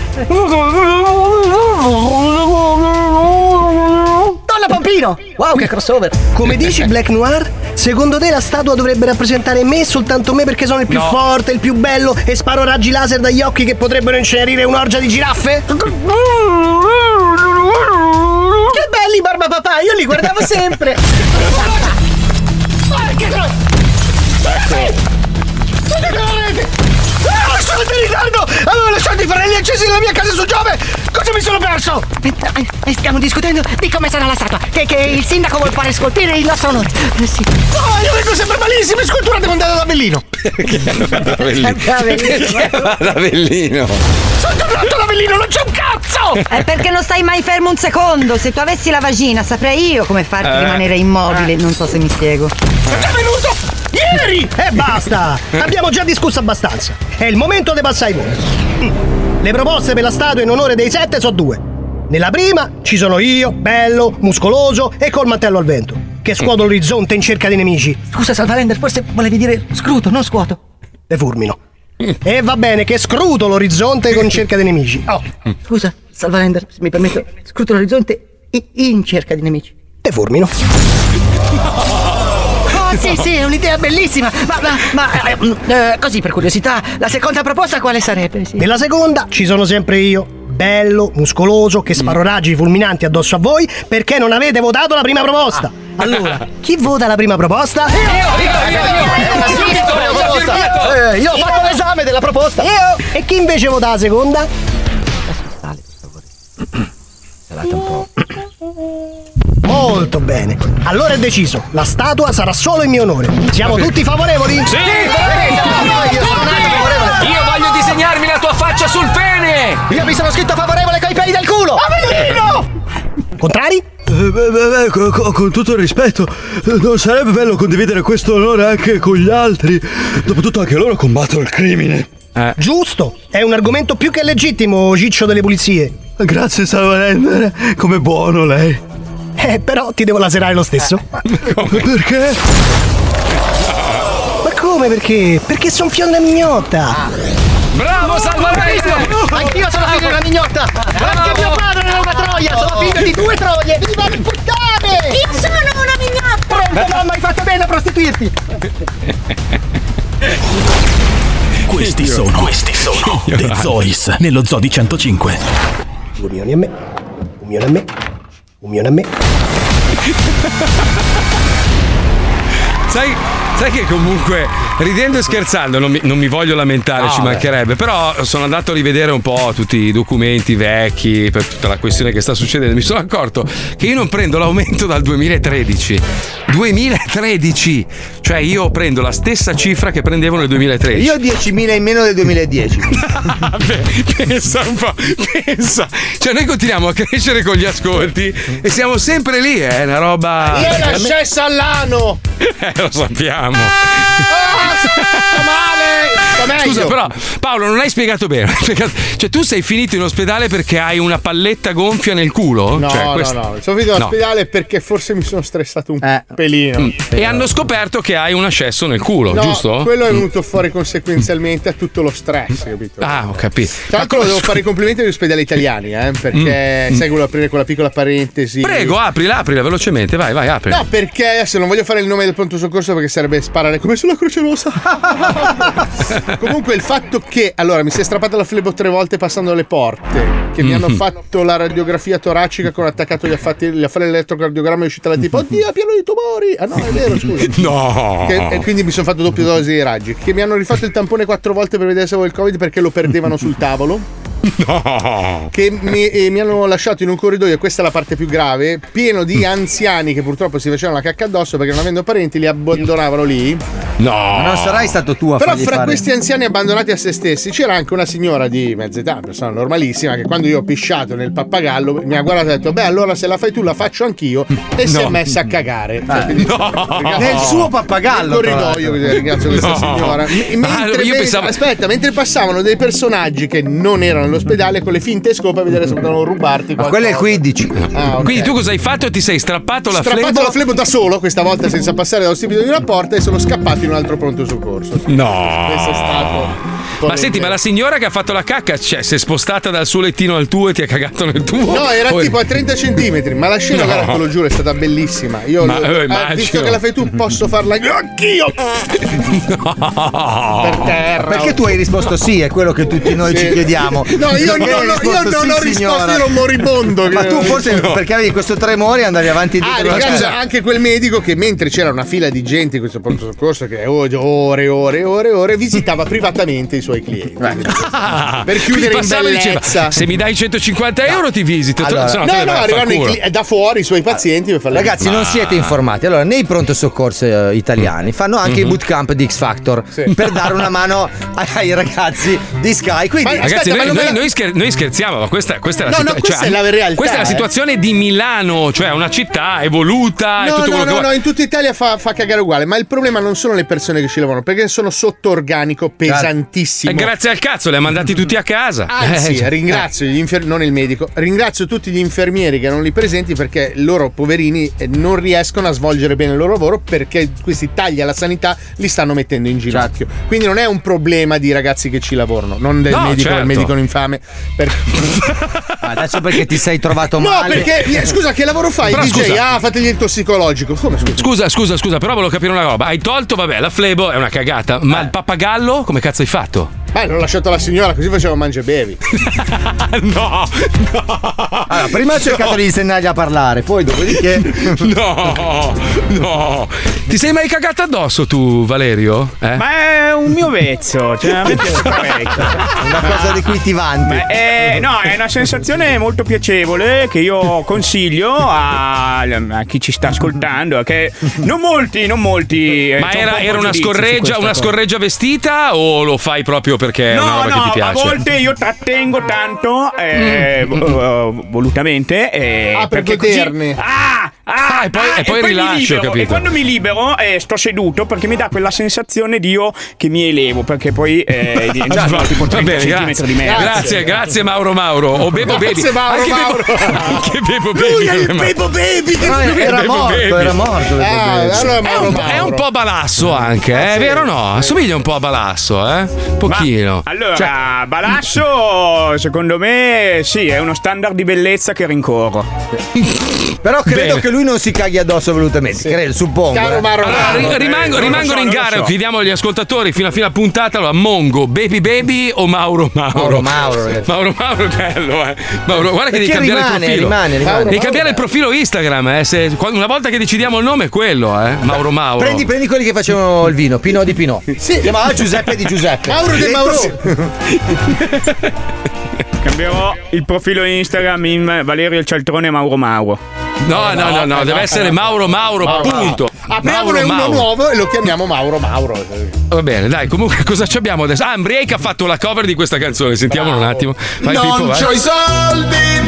Donna Pompino! Wow, che crossover! Come dici Black Noir? Secondo te la statua dovrebbe rappresentare me, soltanto me, perché sono il più No. forte, il più bello e sparo raggi laser dagli occhi che potrebbero incenerire un'orgia di giraffe? Che belli barba papà, io li guardavo sempre! Ah, che tro- Ah, sono in ritardo! Avevo lasciato i farelli accesi nella mia casa su Giove! Cosa mi sono perso? E stiamo discutendo di come sarà la statua che, che il sindaco vuol fare scolpire il nostro onore. Eh, sì. Oh, io vengo sempre malissimo in scultura, devo andare da Avellino! Perché da Avellino? Perché va da Avellino? Sono tornato da Avellino, non c'è un cazzo! È perché non stai mai fermo un secondo. Se tu avessi la vagina saprei io come farti Eh. rimanere immobile. Non so se mi spiego. È già venuto! Ieri! E basta! Abbiamo già discusso abbastanza. È il momento di passare ai voti. Le proposte per la statua in onore dei sette sono due. Nella prima ci sono io, bello, muscoloso e col mantello al vento, che scuoto l'orizzonte in cerca di nemici. Scusa Salvalender, forse volevi dire scruto, non scuoto. Le fulmino. E va bene che scruto l'orizzonte con cerca di nemici. Oh. Scusa Salvalender, se mi permetto, scruto l'orizzonte i- in cerca di nemici. Te fulmino. Oh sì sì, è un'idea bellissima. Ma, ma, ma eh, mm, eh, così per curiosità, la seconda proposta quale sarebbe? Sì. Nella seconda ci sono sempre io, bello, muscoloso, che sparo raggi fulminanti addosso a voi perché non avete votato la prima proposta. Allora, chi vota la prima proposta? Io, io, io, Eh, io ho fatto l'esame della proposta. Io. E chi invece vota la seconda? Salata un po'. Molto bene. Allora è deciso, la statua sarà solo in mio onore. Siamo tutti favorevoli? Sì! Io voglio disegnarmi la tua faccia sul pene! Io mi sono scritto favorevole coi peli del culo! Avellino! Contrari? Eh, beh, beh, con, con tutto il rispetto, non sarebbe bello condividere questo onore anche con gli altri? Dopotutto anche loro combattono il crimine. Eh. Giusto, è un argomento più che legittimo, Ciccio delle pulizie. Grazie Salvalender, come buono lei. Eh, però ti devo laserare lo stesso. Come? Perché? Ma come perché? Perché sono figlio di una mignotta. Bravo Salvalender! Anch'io sono figlio di una mignotta! Anche mio padre era una troia! Sono figlio di due troie! Viva le puttane! Io sono una mignotta! Pronto mamma, hai fatto bene a prostituirti! Questi sono, questi sono The Zois nello Zoo di centocinque. Due milioni a me, un milione a me, un milione a me. Sai, sai che comunque, ridendo e scherzando, non mi, non mi voglio lamentare, Ah, ci beh. mancherebbe, però sono andato a rivedere un po' tutti i documenti vecchi per tutta la questione che sta succedendo. Mi sono accorto che io non prendo l'aumento dal duemilatredici. duemilatredici! Cioè io prendo la stessa cifra che prendevo nel duemilatredici. Io diecimila in meno del duemiladieci. Pensa un po', pensa. Cioè noi continuiamo a crescere con gli ascolti e siamo sempre lì, è una roba... Io la scessa all'ano! Eh, lo sappiamo. male! Scusa, però, Paolo, non hai spiegato bene. Cioè, tu sei finito in ospedale perché hai una palletta gonfia nel culo? No, cioè, no, questo... no, sono finito in No. ospedale perché forse mi sono stressato un Eh. pelino. Mm. E hanno scoperto che hai un ascesso nel culo, No, giusto? quello è venuto fuori conseguenzialmente a tutto lo stress, capito? Ah, ho capito. Tra l'altro devo fare i complimenti agli ospedali italiani, eh, perché Mm. sai, volevo aprire quella piccola parentesi. Prego, aprila, aprila velocemente, vai, vai, apri. No, perché adesso non voglio fare il nome del pronto soccorso perché sarebbe sparare come sulla Croce Rossa. Comunque il fatto che allora mi si è strappata la flebo tre volte passando le porte, che mi hanno Mm. fatto la radiografia toracica con attaccato gli affari, gli affari l'elettrocardiogramma, è uscita la tipo oddio, è pieno di tumori. Ah no, è vero, scusa. No. Che- e quindi mi sono fatto doppia dose di raggi. Che mi hanno rifatto il tampone quattro volte per vedere se avevo il Covid perché lo perdevano sul tavolo. No. Che mi, e mi hanno lasciato in un corridoio, e questa è la parte più grave, pieno di anziani che purtroppo si facevano la cacca addosso perché non avendo parenti li abbandonavano lì. No. Ma non sarai stato tu a Però fargli fra fare... questi anziani abbandonati a se stessi c'era anche una signora di mezza età, una persona normalissima, che quando io ho pisciato nel pappagallo mi ha guardato e ha detto beh allora se la fai tu la faccio anch'io, e si è No. messa a cagare. Ah, quindi- no. ringrazio- Nel suo pappagallo, nel tra corridoio, l'altro. così, ringrazio questa No. signora. M- Ah, mentre, io men- pensavo- aspetta, mentre passavano dei personaggi che non erano all'ospedale con le finte scope a vedere se potevano rubarti Ma qualcosa. quello è il quindici. Ah, ok. Quindi tu cosa hai fatto? Ti sei strappato la strappato flebo? la flebo da solo, questa volta senza passare dallo stipito di una porta, e sono scappato in un altro pronto soccorso. No. Questo è stato. Ma senti, ma la signora che ha fatto la cacca, cioè, si è spostata dal suo lettino al tuo e ti ha cagato nel tuo? No, era O- tipo a trenta centimetri, ma la scena, No. guarda, te lo giuro, è stata bellissima. Io, Ma, eh, eh, immagino. visto che la fai tu, posso farla anch'io. Per terra. Perché tu hai risposto sì, è quello che tutti noi Sì. ci chiediamo. No, io Perché non- hai io risposto non sì, ho risposto, signora? io ero un moribondo. Ma che- tu forse No. perché avevi questo tremore andavi avanti e Ah, indietro. ringrazio anche quel medico che mentre c'era una fila di gente in questo pronto soccorso che ore, ore, ore, ore, ore visitava privatamente i suoi clienti. Ah, Per chiudere quindi in passava e diceva, bellezza. se mi dai centocinquanta euro ti visito. Allora, se no, No, te no, vai a far arrivano i culo. cli- da fuori i suoi pazienti per fare le- Ragazzi, non siete informati. Allora, nei pronto soccorso eh, italiani fanno anche Mhm. i bootcamp di X Factor per dare una mano ai, ai ragazzi di Sky. Quindi, Ragazzi, aspetta, noi, ma non me noi- la- noi scher- noi scherziamo, ma questa, questa è la No, no, situa- questa cioè, è la realtà, Questa è la eh. situazione di Milano, cioè una città evoluta e No, tutto no, quello che no, vuoi. no, in tutta Italia fa, fa cagare uguale, ma il problema non sono le persone che ci lavorano, perché sono sotto organico pesantissimo. E grazie al cazzo, li ha mandati tutti a casa. Anzi, Eh, cioè, ringrazio gli infer- non il medico, ringrazio tutti gli infermieri che erano lì presenti perché loro poverini eh, non riescono a svolgere bene il loro lavoro perché questi tagli alla sanità li stanno mettendo in ginocchio. Quindi non è un problema di ragazzi che ci lavorano, non del No, medico, certo. del medico infame. Per- Adesso perché ti sei trovato No, male. perché eh, scusa, che lavoro fai? Però D J, scusa. ah, fategli il tossicologico. Come scusa? Scusa, scusa, scusa, però volevo capire una roba. Hai tolto, vabbè, la flebo è una cagata, ma il pappagallo come cazzo hai fatto? Beh, l'ho lasciato alla signora, così facevo mangia e bevi. No, no. Allora, prima ho cercato di insegnargli a parlare, poi dopodiché. No, no. Ti sei mai cagato addosso tu, Valerio? Eh? Ma è un mio vezzo, cioè a me piace parecchio. Una cosa di cui ti vanti. Ma è, no, è una sensazione molto piacevole che io consiglio a, a chi ci sta ascoltando. Che non molti, non molti. Ma era, era una scorreggia, una scorreggia vestita o lo fai proprio perché è una No, roba no, che ti piace? a volte io trattengo tanto eh, Mm. vo- volutamente eh, Ah, per perché così- godermi. Ah, ah, Ah, e poi- ah, e poi mi rilasci, ho libero. capito. E quando mi libero eh, sto seduto perché mi dà quella sensazione di io che mi elevo, perché poi eh, divento Va, tipo va trenta bene, centimetri grazie. di me. Grazie, grazie Mauro Mauro. O Bebo Baby. Grazie, Mauro, anche Mauro. Bebo, anche Bebo Baby. Lui è il Ma- Bebo Baby. No, era Bebo morto, Baby. era morto. Bebo Ah, Baby. allora È Mauro un, po', è un Mauro. po' balasso anche, eh? È vero o no? Assomiglia un po' a balasso, eh? Un pochino. Allora, Cioè, Balasso, secondo me, sì, è uno standard di bellezza che rincorro. Però credo Bene. che lui non si caghi addosso volutamente. Credo, suppongo. Caro eh. Mauro allora, Mauro. ri- rimango, non lo rimangono so, in non lo gara, so. chiediamo agli ascoltatori fino a fine puntata. Allora, Mongo, Baby Baby o Mauro Mauro? Mauro Mauro, ragazzi. Mauro Mauro è bello, eh. Mauro, guarda che devi Perché cambiare rimane, il profilo. rimane, rimane. Devi cambiare il profilo Instagram, eh. Se, quando- una volta che decidiamo il nome è quello, eh. Mauro Mauro. Prendi, prendi quelli che facevano il vino, Pino di Pino. Sì. Si chiamava Giuseppe di Giuseppe. Mauro De Dentro- Mauro. Cambierò il profilo Instagram in Valerio il Cialtrone Mauro Mauro. No, no, no, no, deve essere Mauro Mauro, punto. Apriamone Mauro, uno Mauro. nuovo e lo chiamiamo Mauro Mauro. Va bene, dai, comunque cosa ci abbiamo adesso? Ah, Ambriake ha fatto la cover di questa canzone, sentiamolo un attimo. Vai, Pippo, Non vai. c'ho i soldi,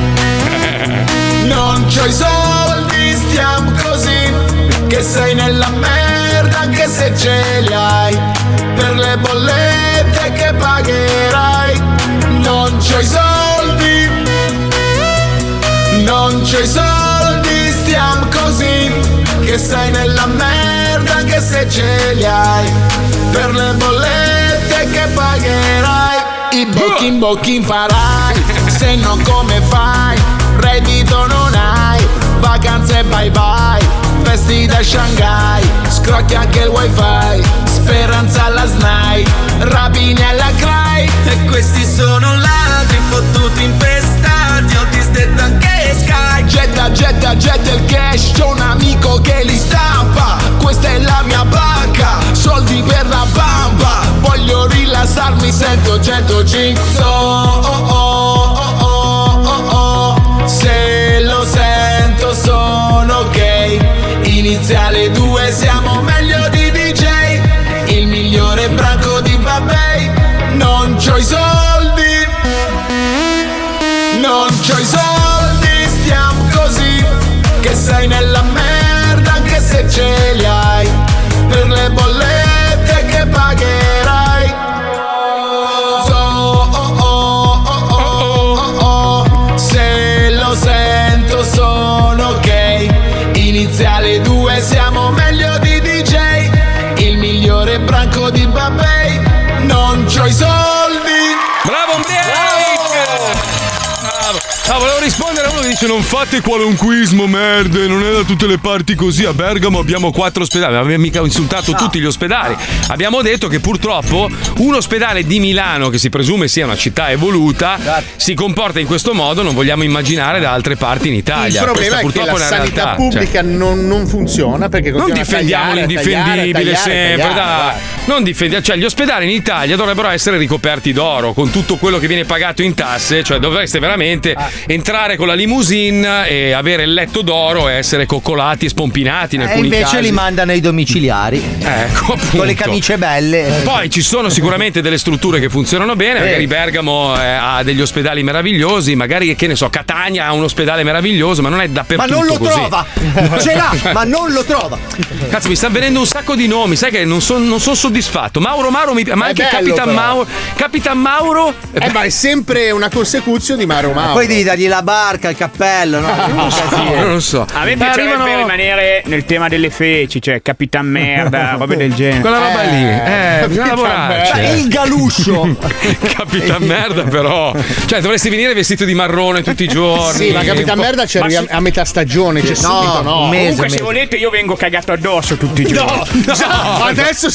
non c'ho i soldi, stiamo così, che sei nella merda anche se ce li hai, per le bollette che pagherai. Non c'ho i soldi, non c'ho i soldi, stiamo così, che sei nella merda anche se ce li hai, per le bollette che pagherai. I bocchi in bocchi farai, se no come fai? Reddito non hai, vacanze bye bye, vesti da Shanghai, scrocchi anche il wifi, speranza alla SNAI, rapine alla cry. E questi sono ladri fottuti impestati, ho disdetto anche Sky. Getta, getta, getta il cash, c'ho un amico che li stampa, questa è la mia banca, soldi per la bamba, voglio rilassarmi, sento centocinque. Oh, oh, oh, oh, oh, oh, oh. Se lo sento sono ok, iniziale due siamo meglio di D J, il migliore branco di Babei. Non c'ho i soldi, non c'ho i soldi, stiamo così, che sei nella merda anche se ce li hai, per le bollette che pagherai. So, oh, oh, oh, oh, oh, oh. Se lo sento sono ok, iniziale due siamo meglio di D J, il migliore branco di Babei. Non c'ho i soldi. Bravo Ambriake! Bravo. Ah, volevo rispondere a uno che dice non fate qualunquismo, merde, non è da tutte le parti così. A Bergamo abbiamo quattro ospedali, non abbiamo mica insultato tutti gli ospedali. Abbiamo detto che purtroppo un ospedale di Milano, che si presume sia una città evoluta, si comporta in questo modo, non vogliamo immaginare da altre parti in Italia. Il problema Questa è che purtroppo la è una sanità realtà, pubblica cioè. non, non funziona perché Non continua a difendiamo tagliare, l'indifendibile tagliare, tagliare, sempre, tagliare, dai. Non difendiamo, cioè gli ospedali in Italia dovrebbero essere ricoperti d'oro con tutto quello che viene pagato in tasse, cioè dovreste veramente entrare con la limousine e avere il letto d'oro e essere coccolati e spompinati in E alcuni invece casi. li mandano ai domiciliari. Ecco, appunto. Con le camicie belle. Poi ci sono sicuramente delle strutture che funzionano bene, Eh. magari Bergamo eh, ha degli ospedali meravigliosi, magari che ne so, Catania ha un ospedale meraviglioso, ma non è Ma dappertutto non lo così. trova! Ce l'ha, ma non lo trova! Cazzo, mi stanno venendo un sacco di nomi, sai che non sono non son soddisfatto. Mauro Mauro, mi, ma È anche bello, Capitan però. Mauro. Capitan Mauro. Eh, ma è sempre una consecuzione di Mauro Mauro. Poi devi dargli la barca, il cappello, no? No, non lo so. A me Ma piacerebbe arrivano- rimanere nel tema delle feci, cioè Capitan Merda, robe del genere. Quella roba lì, eh, bisogna lavorarci. Cioè, il galuscio! Capitan merda, però. Cioè, dovresti venire vestito di marrone tutti i giorni. Sì, ma Capitan Un po'- Merda ci arrivi a, a metà stagione, c'è subito, no. un mese, Comunque, mese. se volete, io vengo cagato addosso tutti i giorni. No, no, adesso sembra che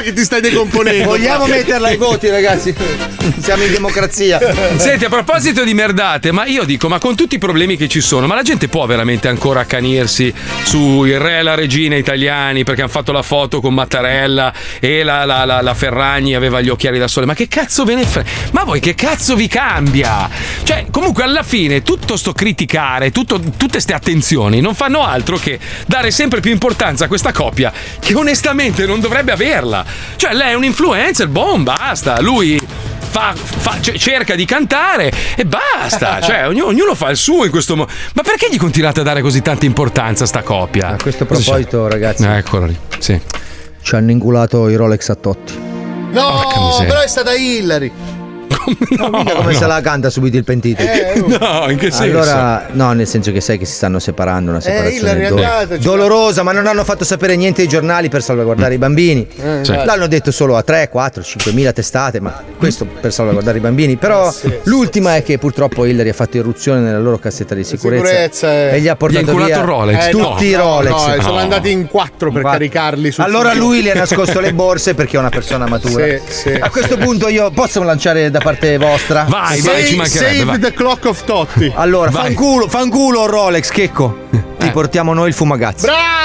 che ti stai decomponendo. Vogliamo metterla ai voti, ragazzi? Siamo in democrazia. Senti, a proposito di merdate, ma io dico, ma con tutti i problemi che ci sono, ma la gente può veramente ancora accanirsi sui re e la regina italiani perché hanno fatto la foto con Mattarella e la, la, la, la Ferragni aveva gli occhiali da sole? Ma che cazzo ve ne frega? Ma voi che cazzo vi cambia? Cioè, comunque alla fine tutto sto criticare, tutto, tutte ste attenzioni non fanno altro che dare sempre più importanza a questa coppia che onestamente non dovrebbe averla. Cioè, lei è un influencer, boom, basta. Lui Fa, fa, cerca di cantare e basta, cioè ognuno, ognuno fa il suo in questo modo. Ma perché gli continuate a dare così tanta importanza a sta coppia? A questo proposito, ragazzi, eccolo lì, sì. Ci hanno ingulato i Rolex a Totti. No, però è stata Hillary. No, mica come no. se la canta subito il pentito. Eh, no, in che senso? Allora, no, nel senso che sai che si stanno separando, una separazione Eh, do- andata, dolorosa, ma non hanno fatto sapere niente ai giornali per salvaguardare i bambini. Eh, sì. L'hanno detto solo a tre, quattro, cinquemila testate, ma questo per salvaguardare i bambini. Però sì, l'ultima è che purtroppo Hillary ha fatto irruzione nella loro cassetta di sicurezza, sicurezza è- e gli ha portato Gli ha inculato via il Rolex, eh, tu? tutti i No, Rolex. no, No. sono andati in quattro per Infatti. caricarli sul Allora filo. lui le ha nascosto le borse perché è una persona matura. Sì, sì, a questo punto io posso lanciare da parte vostra? Vai, Save, vai, ci mancherebbe, save vai. the clock of Totti. Allora, Vai. fanculo, fanculo Rolex, Checco. Ti portiamo noi il fumagazzi.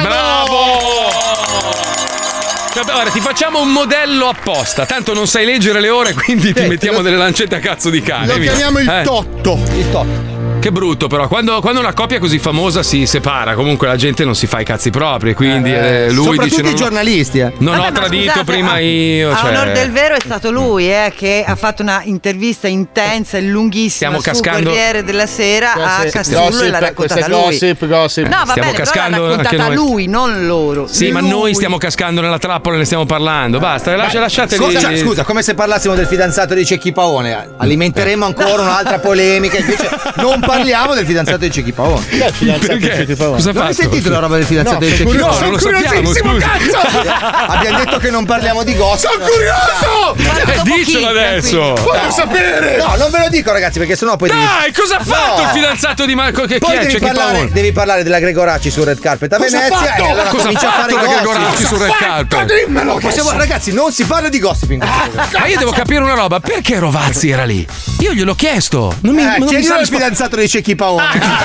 Bravo! Allora, ti facciamo un modello apposta, tanto non sai leggere le ore, quindi ti Eh, mettiamo lo- delle lancette a cazzo di cane. Lo via. chiamiamo il Eh? Totto. Il Totto. Che brutto però, quando, quando una coppia così famosa si separa, comunque la gente non si fa i cazzi propri, quindi eh, lui Soprattutto dice i non, giornalisti, eh. non Vabbè, ho ma tradito scusate, prima a- io. A Cioè... onor del vero è stato lui eh, che ha fatto una intervista intensa e lunghissima Stiamo sul cascando- Corriere della Sera a Gossip, Castello e l'ha raccontata questa lui. gossip, gossip. No, va Stiamo bene, però cascando l'ha raccontata anche noi. lui, non loro. Sì, ma Lui. noi stiamo cascando nella trappola e ne stiamo parlando. Basta, lascia, lasciateli. Scusa, scusa, come se parlassimo del fidanzato di Cecchi Paone. Alimenteremo ancora un'altra polemica. Invece non parliamo del fidanzato di Cecchi Paone. Chi è il fidanzato di Cecchi Paone? Cosa ha Non hai fatto? sentito la roba del fidanzato No, di sono Cecchi curioso, Paone? non lo sono sappiamo, curiosissimo, scusa. cazzo! Abbiamo detto che non parliamo di gossip. Sono curioso! Eh, dicelo adesso. Voglio sapere! No, non ve lo dico, ragazzi, perché sennò poi devi. Dai, cosa ha fatto No. il fidanzato di Marco? Che chi Poi è? devi C'è chi parlare, Paone? devi parlare della Gregoracci sul red carpet a Cosa ha Venezia. fatto? E allora Cosa ha comincia a fare fatto la gossip. Gregoracci sul red carpet? Dimmelo! Possiamo- ragazzi, non si parla di gossip in questo programma. Ma io devo capire una roba, perché Rovazzi era lì? Io gliel'ho chiesto. Non mi, Eh, non mi chiedilo sa al rispo- fidanzato di Cecchi Paone.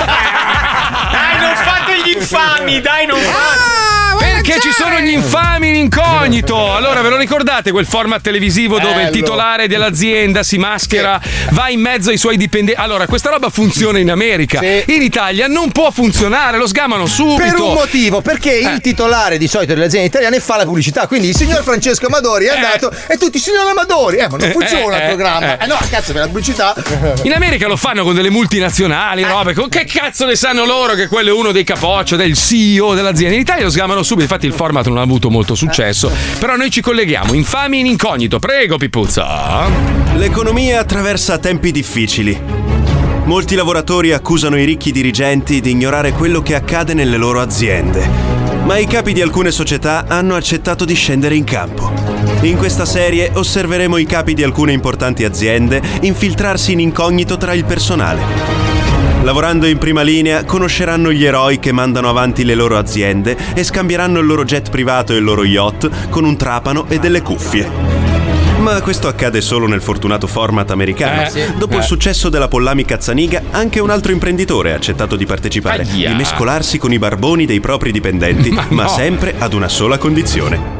Dai, non fate gli infami, dai, non fate. Perché ci sono gli infami in incognito. Allora, ve lo ricordate quel format televisivo dove il Bello. titolare dell'azienda si maschera, va in mezzo ai suoi dipendenti? Allora, questa roba funziona in America. Sì. In Italia non può funzionare, lo sgamano subito. Per un motivo, perché Eh. il titolare di solito delle aziende italiane fa la pubblicità. Quindi il signor Francesco Amadori è andato e tutti signor Amadori. Eh, ma non Eh, funziona eh, il programma. eh. Eh no, cazzo, per la pubblicità. In America lo fanno con delle multinazionali, robe. Con- Che cazzo ne sanno loro che quello è uno dei capoccia, del C E O dell'azienda? In Italia lo sgamano subito. Infatti il format non ha avuto molto successo. Però noi ci colleghiamo. Infami in incognito. Prego, Pipuzza. L'economia attraversa tempi difficili. Molti lavoratori accusano i ricchi dirigenti di ignorare quello che accade nelle loro aziende. Ma i capi di alcune società hanno accettato di scendere in campo. In questa serie osserveremo i capi di alcune importanti aziende infiltrarsi in incognito tra il personale. Lavorando in prima linea, conosceranno gli eroi che mandano avanti le loro aziende e scambieranno il loro jet privato e il loro yacht con un trapano e delle cuffie. Ma questo accade solo nel fortunato format americano. Eh, sì. Dopo il Eh. successo della Pollami Cazzaniga, anche un altro imprenditore ha accettato di partecipare, Aia. di mescolarsi con i barboni dei propri dipendenti, Ma ma no. sempre ad una sola condizione: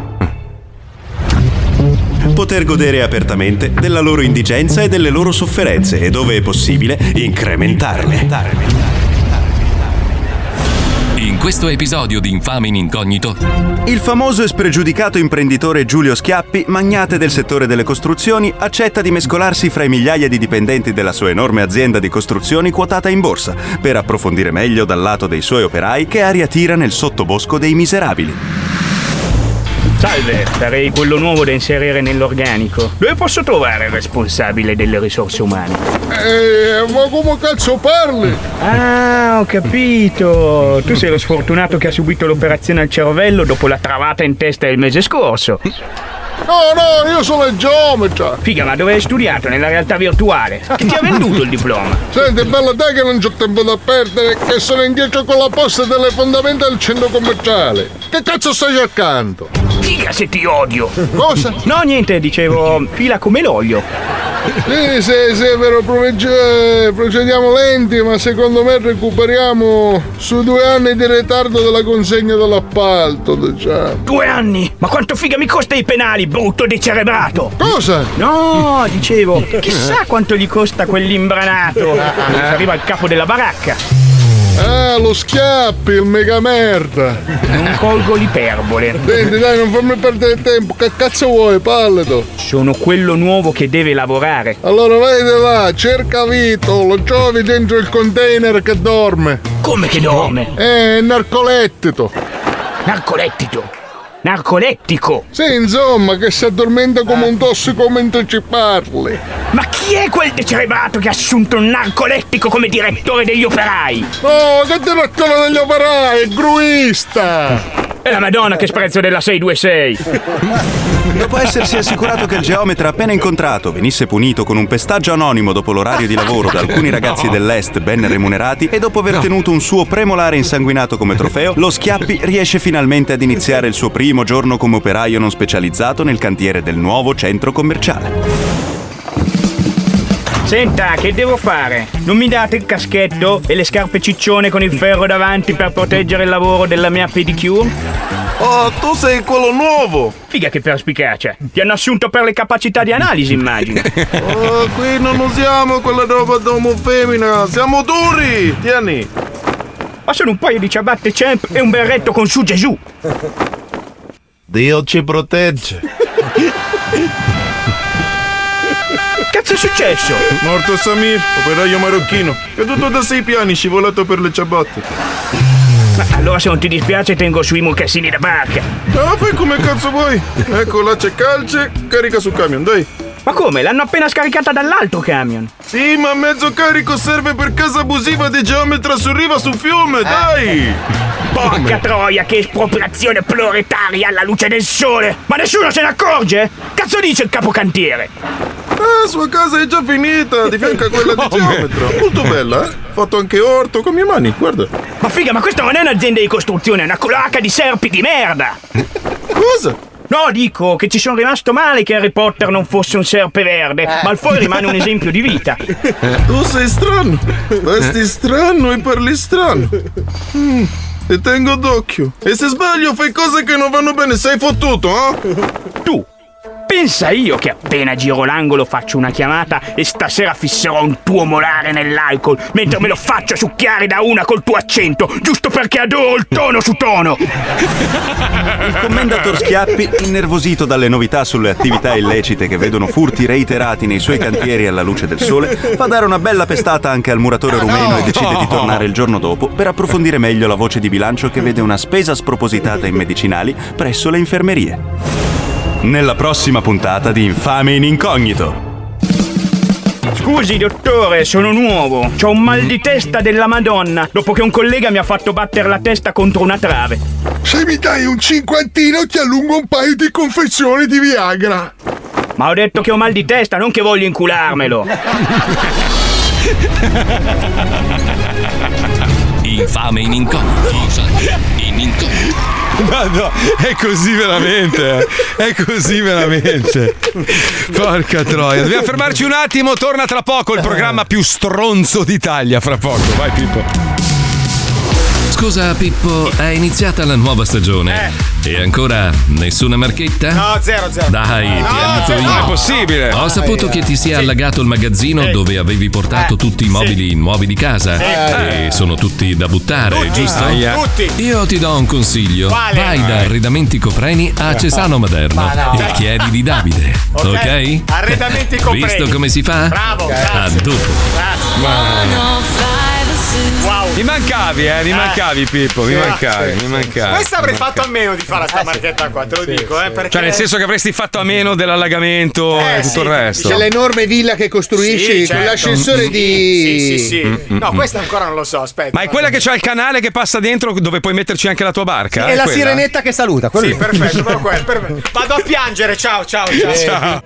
poter godere apertamente della loro indigenza e delle loro sofferenze e, dove è possibile, incrementarle. In questo episodio di Infame in Incognito, Il famoso e spregiudicato imprenditore Giulio Schiappi, magnate del settore delle costruzioni, accetta di mescolarsi fra i migliaia di dipendenti della sua enorme azienda di costruzioni quotata in borsa, per approfondire meglio dal lato dei suoi operai che aria tira nel sottobosco dei miserabili. Salve, sarei quello nuovo da inserire nell'organico. Dove posso trovare il responsabile delle risorse umane? Eh, ma come cazzo parli? Ah, ho capito. Tu sei lo sfortunato che ha subito l'operazione al cervello dopo la travata in testa il mese scorso. No, no, io sono il geometra. Figa, ma dove hai studiato? Nella realtà virtuale? Chi ti ha venduto il diploma? Senti, bella te che non c'ho tempo da perdere, che sono indietro con la posta delle fondamenta del centro commerciale. Che cazzo stai cercando? figa se ti odio. Cosa? No, niente, dicevo, fila come l'olio. Sì, sì, sì, però procediamo lenti, ma secondo me recuperiamo su due anni di ritardo della consegna dell'appalto, diciamo. Due anni? Ma quanto figa mi costa i penali, brutto decerebrato? Cosa? No, dicevo, chissà quanto gli costa quell'imbranato. Arriva il capo della baracca. Ah, lo Schiappi, il mega merda. Non colgo l'iperbole. Senti, dai, non fammi perdere tempo. Che cazzo vuoi, Palleto? Sono quello nuovo che deve lavorare. Allora vai di là, cerca Vito, lo trovi dentro il container che dorme. Come che dorme? Eh, è narcolettito. Narcolettito? Narcolettico? Sì, insomma, che si addormenta come un tossico mentre ci parli. Ma chi è quel decerebrato che ha assunto un narcolettico come direttore degli operai? Oh, che direttore degli operai, è gruista! È la Madonna che sprezzo della sei due sei. Dopo essersi assicurato che il geometra appena incontrato venisse punito con un pestaggio anonimo dopo l'orario di lavoro da alcuni ragazzi dell'Est ben remunerati e dopo aver tenuto un suo premolare insanguinato come trofeo, lo Schiappi riesce finalmente ad iniziare il suo primo giorno come operaio non specializzato nel cantiere del nuovo centro commerciale. Senta, che devo fare? Non mi date il caschetto e le scarpe ciccione con il ferro davanti per proteggere il lavoro della mia pedicure? Oh, tu sei quello nuovo! Figa che perspicacia! Ti hanno assunto per le capacità di analisi, immagino. Oh, qui non usiamo quella roba d'uomo femmina, siamo duri! Tieni! Ma sono un paio di ciabatte Champ e un berretto con su Gesù! Dio ci protegge! Cazzo è successo? Morto Samir, operaio marocchino, caduto da sei piani, scivolato per le ciabatte. Ma allora se non ti dispiace tengo sui mocassini da barca. Ah, fai come cazzo vuoi. Ecco, là c'è calce, carica sul camion, dai. Ma come? L'hanno appena scaricata dall'altro camion. Sì, ma mezzo carico serve per casa abusiva di geometra su riva sul fiume, dai! Porca troia, che espropriazione proletaria alla luce del sole! Ma nessuno se ne accorge? Cazzo dice il capocantiere? Ah, sua casa è già finita, di fianco a quella di geometra. Molto bella, eh? Fatto anche orto con mie mani, guarda. Ma figa, ma questa non è un'azienda di costruzione, è una cloaca di serpi di merda! Cosa? No, dico che ci sono rimasto male che Harry Potter non fosse un serpeverde, eh. Malfoy rimane un esempio di vita. Tu sei strano, vesti strano e parli strano. Mm, ti tengo d'occhio. E se sbaglio fai cose che non vanno bene, sei fottuto, eh? Tu, pensa io che appena giro l'angolo faccio una chiamata e stasera fisserò un tuo molare nell'alcol mentre me lo faccio succhiare da una col tuo accento, giusto perché adoro il tono su tono. Il commendator Schiappi, innervosito dalle novità sulle attività illecite che vedono furti reiterati nei suoi cantieri alla luce del sole, fa dare una bella pestata anche al muratore rumeno e decide di tornare il giorno dopo per approfondire meglio la voce di bilancio che vede una spesa spropositata in medicinali presso le infermerie. Nella prossima puntata di Infame in Incognito. Scusi dottore, sono nuovo. C'ho un mal di testa della Madonna dopo che un collega mi ha fatto battere la testa contro una trave. Se mi dai un cinquantino ti allungo un paio di confezioni di Viagra. Ma ho detto che ho mal di testa, non che voglio incularmelo. Infame in Incognito. In Incognito. No, no, è così veramente, è così veramente. Porca troia. Dobbiamo fermarci un attimo, torna tra poco il programma più stronzo d'Italia, fra poco. Vai Pippo. Scusa Pippo, è iniziata la nuova stagione eh. e ancora nessuna marchetta? No, zero, zero. Dai, no, ti aiuto io. Non è possibile. Ho saputo che ti sia allagato il magazzino sì. dove avevi portato eh. tutti i mobili sì. nuovi di casa sì. e eh. sono tutti da buttare, tutti. giusto? Ah, tutti. Io ti do un consiglio. Quale? Vai da Arredamenti Copreni a Cesano Maderno no. e chiedi di Davide, ok? okay? Arredamenti Copreni. Visto come si fa? Bravo. A dopo. Wow. Mi mancavi, eh, mi mancavi Pippo, mi Sì, mancavi, sì, mi mancavi. Questa avrei fatto mancavi. a meno di fare sta marchetta qua, te lo Sì, dico, sì. eh, perché... Cioè nel senso che avresti fatto a meno dell'allagamento Eh, e tutto sì. il resto. C'è l'enorme villa che costruisci Sì, certo. con l'ascensore di... Sì, sì, sì. Mm, mm, No, mm. questa ancora non lo so, aspetta. Ma è quella che c'ha il canale che passa dentro dove puoi metterci anche la tua barca? Sì, È e la quella? sirenetta che saluta. Sì, perfetto, però quello, perfetto. Vado a piangere, ciao, ciao, ciao. Ciao.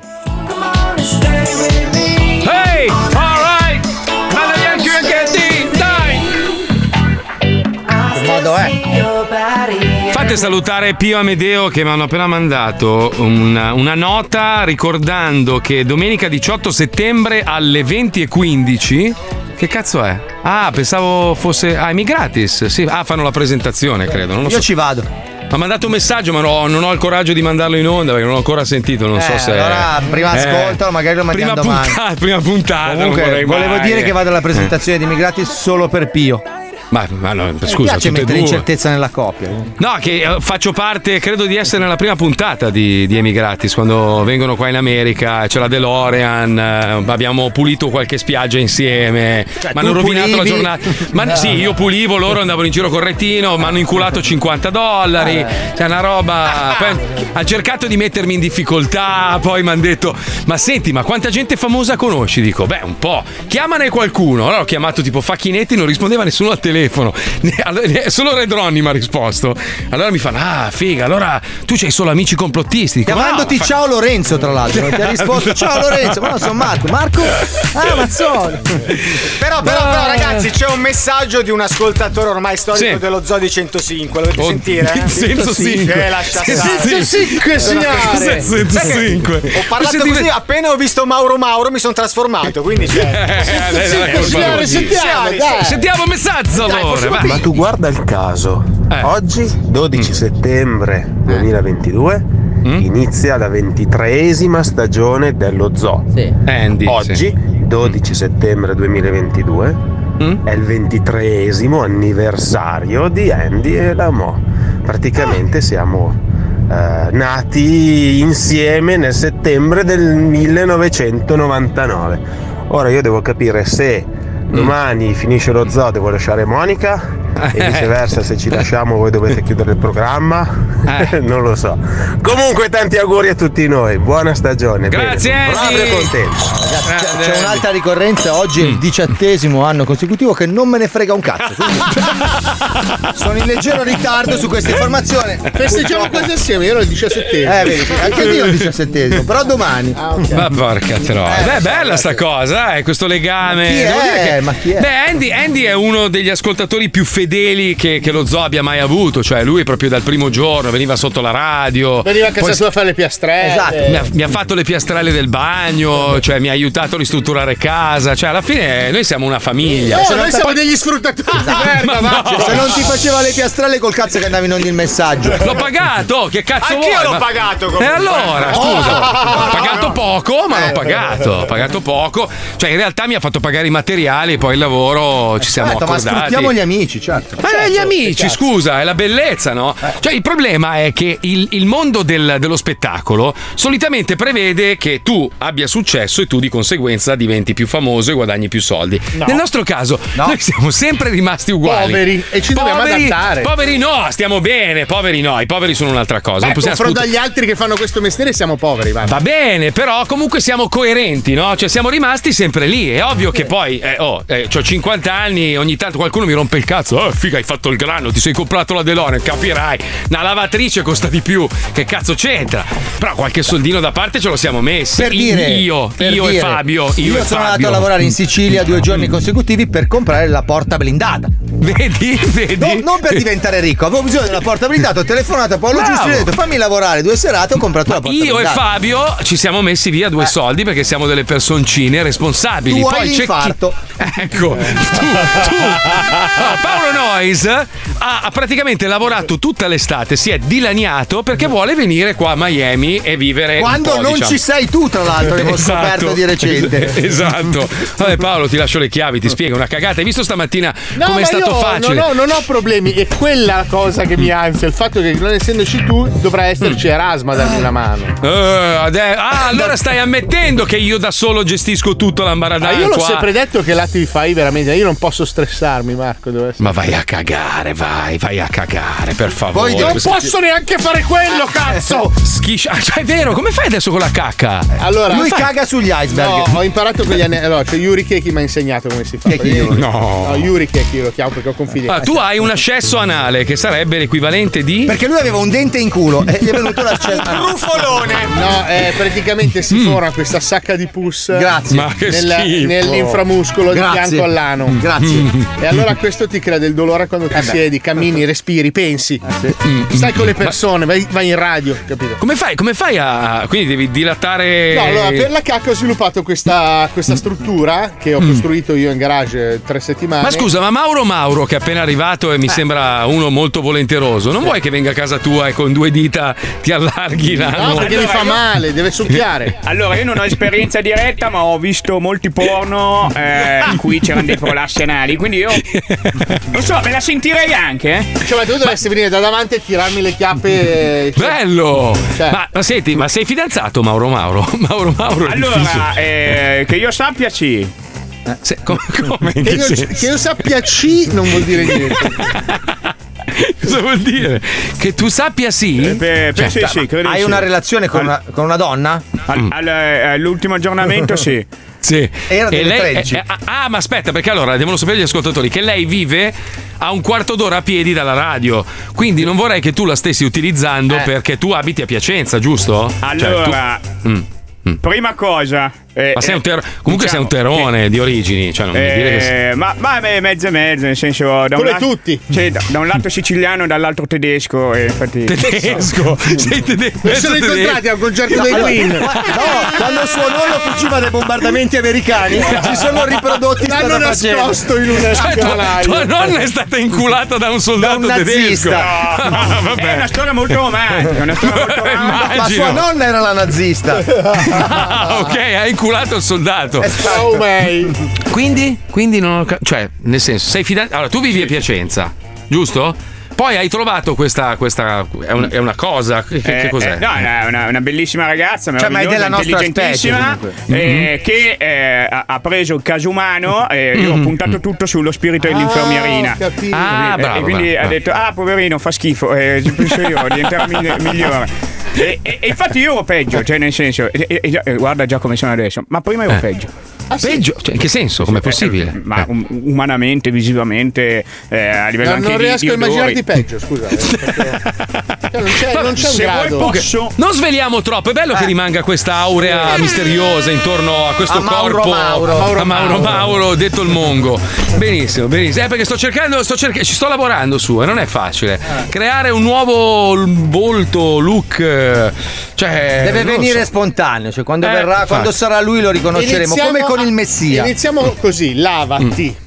Hey, alright. Mandami anche un anche dai. Che modo è? Fate salutare Pio Amedeo che mi hanno appena mandato una, una nota ricordando che domenica diciotto settembre alle venti e quindici. Che cazzo è? Ah, pensavo fosse. Ah, Emigratis. Sì. Ah, fanno la presentazione, credo. Non lo Io so. ci vado. Mi ha mandato un messaggio, ma no, non ho il coraggio di mandarlo in onda perché non l'ho ancora sentito. Non Eh, so se. allora, prima ascoltalo, magari lo mandiamo prima domani. Puntata, prima puntata. non Comunque, vorrei volevo mai. dire che vado alla presentazione di Immigrati solo per Pio. Ma, ma no, Mi scusa, piace tutte e mettere due. incertezza nella coppia. No, che eh, faccio parte, credo di essere nella prima puntata di, di Emigratis, quando vengono qua in America, c'è la DeLorean, eh, abbiamo pulito qualche spiaggia insieme, Cioè, mi hanno tu rovinato pulivi? la giornata. Ma No. sì, io pulivo, loro andavano in giro col rettino, mi hanno inculato cinquanta dollari, c'è una roba. Poi hanno cercato di mettermi in difficoltà, poi mi hanno detto: ma senti, ma quanta gente famosa conosci? Dico, beh, un po'. Chiamane qualcuno. Allora ho chiamato tipo Facchinetti, non rispondeva nessuno al telefono. Allora, solo Red Ronnie mi ha risposto. Allora mi fanno: ah, figa, allora tu c'hai solo amici complottisti. Dico, Chiamandoti "No, fa- ciao Lorenzo, tra l'altro. Ti ha risposto ciao Lorenzo, ma no, sono Marco. Marco? Ah, Mazzoli. Però, però, però, ragazzi, c'è un messaggio di un ascoltatore ormai storico Sì. dello Zoo di centocinque. Lo dovete Oh, sentire? Eh? centocinque. Eh, lascia stare. centocinque, signore. Cos'è centocinque? Ho parlato Cos'è così, div- appena ho visto Mauro Mauro mi sono trasformato, quindi c'è. Eh, dai, dai, per favore. sentiamo, dai. Sentiamo un messaggio allora. vai. Ma tu guarda il caso. Oggi, dodici settembre duemilaventidue, inizia la ventitreesima stagione dello Zoo. Andy, Oggi, sì. dodici settembre duemilaventidue, è il ventitreesimo anniversario di Andy e la Mo. Praticamente siamo eh, nati insieme nel settembre del millenovecentonovantanove. Ora io devo capire se domani finisce lo Zoo, devo lasciare Monica e viceversa, se ci lasciamo voi dovete chiudere il programma. Non lo so. Comunque tanti auguri a tutti noi, buona stagione. Grazie, Bene, sono Andy. proprio contento. Ragazzi, c'è, Grande c'è un'altra ricorrenza. Oggi è il diciottesimo anno consecutivo che non me ne frega un cazzo. Quindi sono in leggero ritardo su questa informazione. Festeggiamo quasi assieme, io ero il diciassettesimo. Eh, vedi, sì, anche io il diciassettesimo, però domani. Ma porca troia. Eh, Beh, so, bella sta cosa, eh, questo legame. chi è? Devo dire che- Ma chi è? Beh, Andy, Andy è uno degli ascoltatori più fedeli che, che lo Zoo abbia mai avuto. Cioè, lui proprio dal primo giorno veniva sotto la radio. Veniva a casa poi- sua a fare le piastrelle. Esatto. Mi ha, mi ha fatto le piastrelle del bagno, cioè mi ha aiutato a ristrutturare casa. Cioè, alla fine noi siamo una famiglia. No, Se noi non- siamo degli sfruttatori di merda, ma va. no. Se non ti faceva le piastrelle col cazzo che andavi in ogni messaggio. L'ho pagato, che cazzo Anch'io vuoi? l'ho Ma- pagato, E comunque. allora, Oh. scusa, ho pagato no. poco, ma Eh, l'ho pagato, ho pagato poco. Cioè, in realtà mi ha fatto pagare i materiali e poi il lavoro ci siamo Certo, ma accordati. sfruttiamo gli amici, certo. Ma Certo, gli amici, che cazzo. scusa, è la bellezza, no? Cioè, il problema è che il, il mondo del- dello spettacolo solitamente prevede che tu abbia successo e tu di conseguenza diventi più famoso e guadagni più soldi. No. Nel nostro caso, No. noi siamo sempre rimasti uguali. Poveri, e ci dobbiamo Poveri- adattare. Poveri no, stiamo bene, poveri no, i poveri sono un'altra cosa. Beh, non possiamo confronto sput- agli altri che fanno questo mestiere siamo poveri, va. Va bene, però comunque siamo coerenti, no? Cioè siamo rimasti sempre lì. È ovvio che poi, eh, oh, eh, ho cinquanta anni, ogni tanto qualcuno mi rompe il cazzo. Oh, figa, hai fatto il grano, ti sei comprato la DeLorean, capirai. Una lavatrice costa di più. Che cazzo c'entra? Però qualche soldino da parte ce lo siamo messi. Per I- dire, io, per io dire, e Fabio. Io, Io e sono Fabio. andato a lavorare in Sicilia due giorni consecutivi per comprare la porta blindata. Vedi? Vedi? No, non per diventare ricco, avevo bisogno di una porta blindata, ho telefonato a Paolo Bravo. Giustini e ho detto fammi lavorare due serate, ho comprato la porta Io e blindata. Fabio ci siamo messi via due soldi perché siamo delle personcine responsabili. Tu Poi hai c'è chi- l'infarto. Ecco, tu, tu. No, Paolo Noyes ha, ha praticamente lavorato tutta l'estate, si è dilaniato perché vuole venire qua a Miami e vivere. un Quando po', non diciamo. ci sei tu, tra l'altro, che ho Esatto. scoperto di recente. Es- Esatto. Vabbè, Paolo, ti lascio le chiavi, ti spiego una cagata. Hai visto stamattina No, come è ma stato io facile? Non ho, non ho problemi, è quella la cosa che mi ansia, il fatto che non essendoci tu dovrà esserci Erasmo a darmi una mano. Eh, ade- ah, allora stai ammettendo che io da solo gestisco tutto Ah, l'ambaradano io l'ho qua. sempre detto che là ti fai veramente. Io non posso stressarmi, Marco. Deve essere. Ma vai a cagare, vai, vai a cagare, per favore. Poi non posso neanche fare quello, cazzo! Schiscia. Ah, cioè, è vero, come fai adesso con la cacca? Allora, Lui fai- caga sugli iceberg. No, ho imparato con gli anni. Allora, cioè Yuri Keki mi ha insegnato come si fa. Io- No. No, Yuri Keki lo chiamo perché ho confidenza. Ah, tu hai un ascesso anale che sarebbe l'equivalente di. Perché lui aveva un dente in culo e gli è venuto l'accesso. Rufolone. No, eh, praticamente si forma questa sacca di pus. Grazie. Ma che nel- schifo. nell'inframuscolo di Grazie. fianco all'ano. Grazie. E allora questo ti crea del dolore quando ti Eh beh. siedi, cammini, respiri, pensi. Stai con le persone, vai, vai in radio, capito? Come fai? Come fai a. Quindi devi dilatare. No, allora per la cacca ho sviluppato questa, questa struttura che ho costruito io in garage tre settimane. Ma scusa, ma Mauro Mauro, che è appena arrivato e mi sembra uno molto volenteroso, non vuoi che venga a casa tua e con due dita ti allarghi la. No, perché mi fa male, deve succhiare. Allora, io non ho esperienza diretta, ma ho visto molti porno eh, in cui c'erano dei prolassi anali, quindi io non so, me la sentirei anche, eh. Cioè, ma tu dovresti venire da davanti e tirarmi le chiappe. Bello! Cioè. Ma, ma senti, ma sei fidanzato, Mauro Mauro? Mauro Mauro. è difficile. Allora, eh, che io sappia sì. Eh, se, come, come in Che che io, senso? che io sappia C non vuol dire niente. Cosa vuol dire? Che tu sappia sì? Eh, beh, Cioè, sì, sì, credo Hai sì. una relazione con una, con una donna? Al- al- eh, all'ultimo aggiornamento sì. Sì. Era E delle lei- tredici. eh, eh, ah, ma aspetta, perché allora devono sapere gli ascoltatori che lei vive a un quarto d'ora a piedi dalla radio. Quindi non vorrei che tu la stessi utilizzando Eh. perché tu abiti a Piacenza, giusto? Cioè, Allora, tu- Mm. prima cosa. eh, Ma sei eh, un ter- comunque diciamo sei un terone di origini, cioè non mi dire che sei- Eh, ma, ma beh, mezzo e mezzo, nel senso da un Come lato, tutti. cioè, da, da un lato siciliano e dall'altro tedesco, e infatti Tedesco, sei tedesco. Mi sono incontrati al concerto dei Allora, Queen. no, quando suonò l'officina dei bombardamenti americani si sono riprodotti L'hanno strada facendo. nascosto in un Cioè, tua, scalaio. tua nonna è stata inculata da un soldato Da un tedesco. nazista. Ah, vabbè. è una storia molto romantica, una storia molto romantica. La sua Immagino. nonna era la nazista. Ah, ok, ha inculato il soldato. Oh, man. Quindi? Quindi non ho ca- cioè, nel senso, sei fidanzato. Allora, tu vivi a Piacenza, giusto? Poi hai trovato questa. questa è, una, è una cosa. Che, che Eh, cos'è? eh, no, è una, una- una bellissima ragazza, Cioè, ma è meravigliosa, della nostra intelligentissima, specie, eh, che eh, ha, ha preso il caso umano e io ho puntato tutto sullo spirito dell'infermierina. ho capito. Ah, E- bravo, e quindi bravo. ha detto: ah, poverino, fa schifo, eh, ci penso io, diventerà migli- migliore. E, e- e infatti io ero peggio, cioè nel senso, e- e- e- guarda già come sono adesso, ma prima ero Eh. peggio. Peggio? Cioè, in che senso? Com'è possibile? Eh, Ma Eh. um- umanamente, visivamente, eh, a livello No, anche non di, riesco di a odori. immaginarti peggio, scusa. eh, proprio- Cioè, non c'è, non c'è un Se vuoi grado. posso. Non sveliamo troppo, è bello che rimanga questa aurea misteriosa intorno a questo A Mauro corpo Mauro. a Mauro Mauro, detto il Mongo. Benissimo, benissimo. Eh, perché sto cercando, sto cercando, ci sto lavorando su, e non è facile. Creare un nuovo l- volto, look. eh, Cioè. Deve non lo venire so. spontaneo, cioè quando Eh, verrà, infatti. quando sarà lui lo riconosceremo, come con il Messia. Iniziamo così, lavati.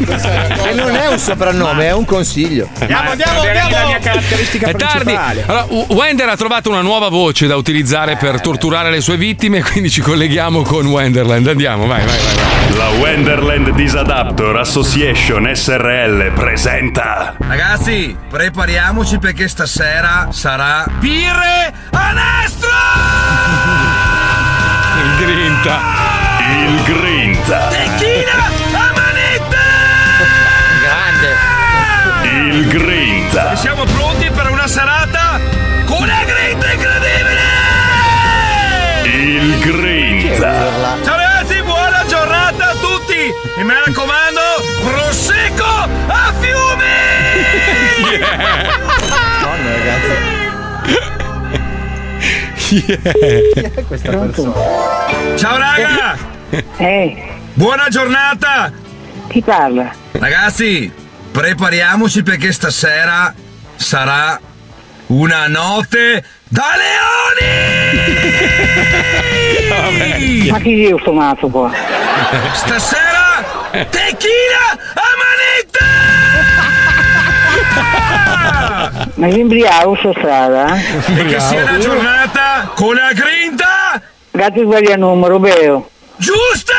E non è un soprannome, è un consiglio. Andiamo, andiamo, andiamo. La mia caratteristica È tardi. principale. Allora, W- Wender ha trovato una nuova voce da utilizzare per torturare le sue vittime, quindi ci colleghiamo con Wenderland. Andiamo, vai, vai, vai. vai. La Wenderland Disadaptor Association S R L presenta Ragazzi, prepariamoci perché stasera sarà birre a nastro! Il grinta. Il Grinta. Tequila a manetta! Grande. Il Grinta. E siamo pronti per una serata con la grinta incredibile! Il Grinta. Ciao ragazzi, buona giornata a tutti! E mi raccomando, prosecco a fiumi! Questa persona. Ciao raga! Buona giornata! Chi parla? Ragazzi, prepariamoci perché stasera sarà una notte da leoni! Ma chi io sto mazzo qua? Stasera tequila a manetta! Ma io imbriaco su strada? E che sia una giornata con la grinta Gatti sbaglia numero, beo. giusta!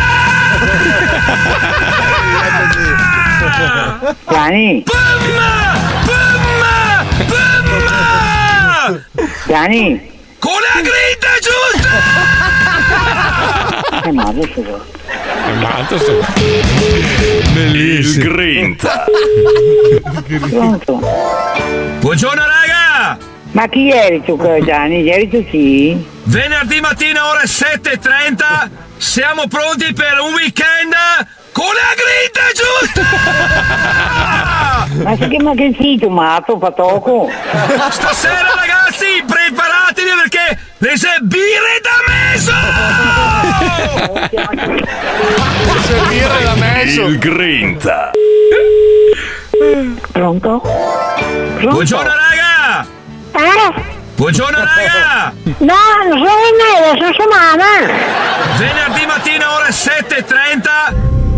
Dani? Bamma! Bamma! Bamma! Dani? Con la grinta giusta! È male questo. È matto sto. Il Grinta. Pronto? Buongiorno raga! Ma chi eri tu, Dani? Eri tu chi? Venerdì mattina ore sette e trenta siamo pronti per un weekend con la grinta giusta! Ma che ma che sei tu, matto, patoco? Stasera ragazzi preparatevi perché le se birre da meso! Birre da meso. Il Grinta. Pronto? Pronto? Buongiorno raga! Eh? Buongiorno raga! No, non sono in sono sua mamma! Venerdì mattina ore sette e trenta.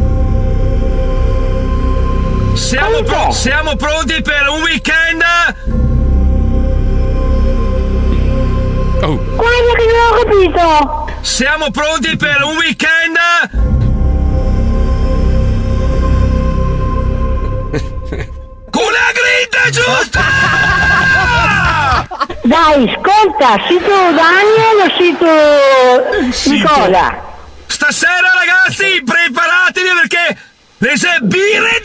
Siamo, pro- siamo pronti per un weekend? Oh. Guarda che non ho capito! Siamo pronti per un weekend? Con la grinta giusta! Dai, ascolta, sei tu Daniel o sei tu Nicola? Stasera ragazzi, preparatevi perché le birre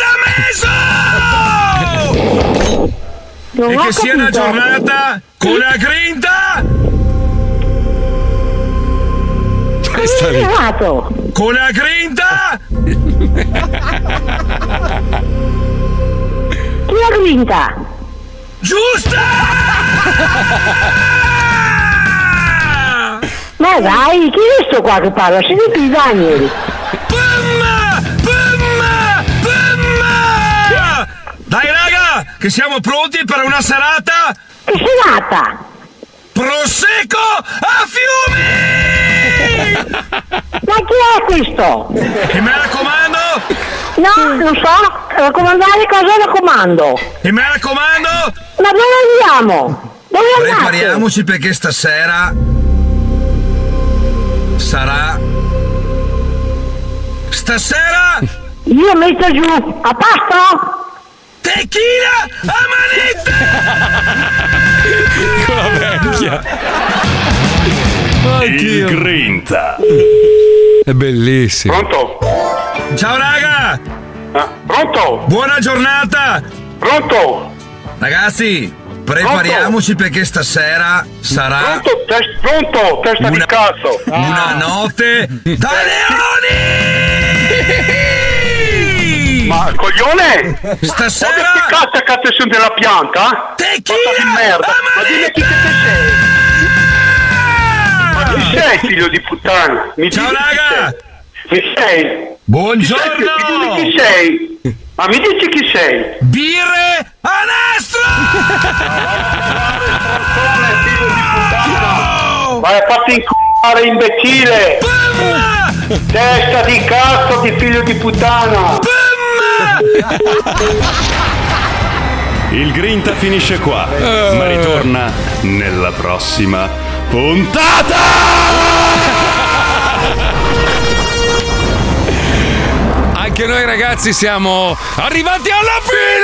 da meso! Non e ho che sia una capito. giornata con la grinta! Come hai arrivato? Con la grinta! Chi l'ha grinta? Giusta! Ma dai, chi è sto qua che parla? Siete tu Daniel? Bumma! Bumma! Bumma! Dai raga, che siamo pronti per una serata? Che serata? Prosecco a fiumi! Ma chi è questo? E me raccomando? No, non so, raccomandare cosa raccomando? E me raccomando? Ma dove andiamo? Dove andate? Prepariamoci perché stasera sarà stasera io metto giù, a pasto? Tequila a manetta! Con la vecchia. Il Grinta. È bellissimo. Pronto? Ciao raga! Pronto? Buona giornata! Pronto? Ragazzi, prepariamoci perché stasera sarà Pronto? Tes- pronto? Testa una, di cazzo! una notte da leoni! Ma coglione! Stasera Ma che cazzo è cazzo sono della pianta? Tequila di merda! Ma dimmi chi che sei! Ma chi sei, figlio di puttana? Mi Ciao dici raga! Chi sei? Buongiorno! Chi sei? Mi dici chi sei? Ma mi dici chi sei? Birre a nastro! Vai a farti inculare, imbecille! Testa di cazzo di figlio di puttana! Il Grinta finisce qua, ma ritorna nella prossima puntata! Anche noi ragazzi siamo arrivati alla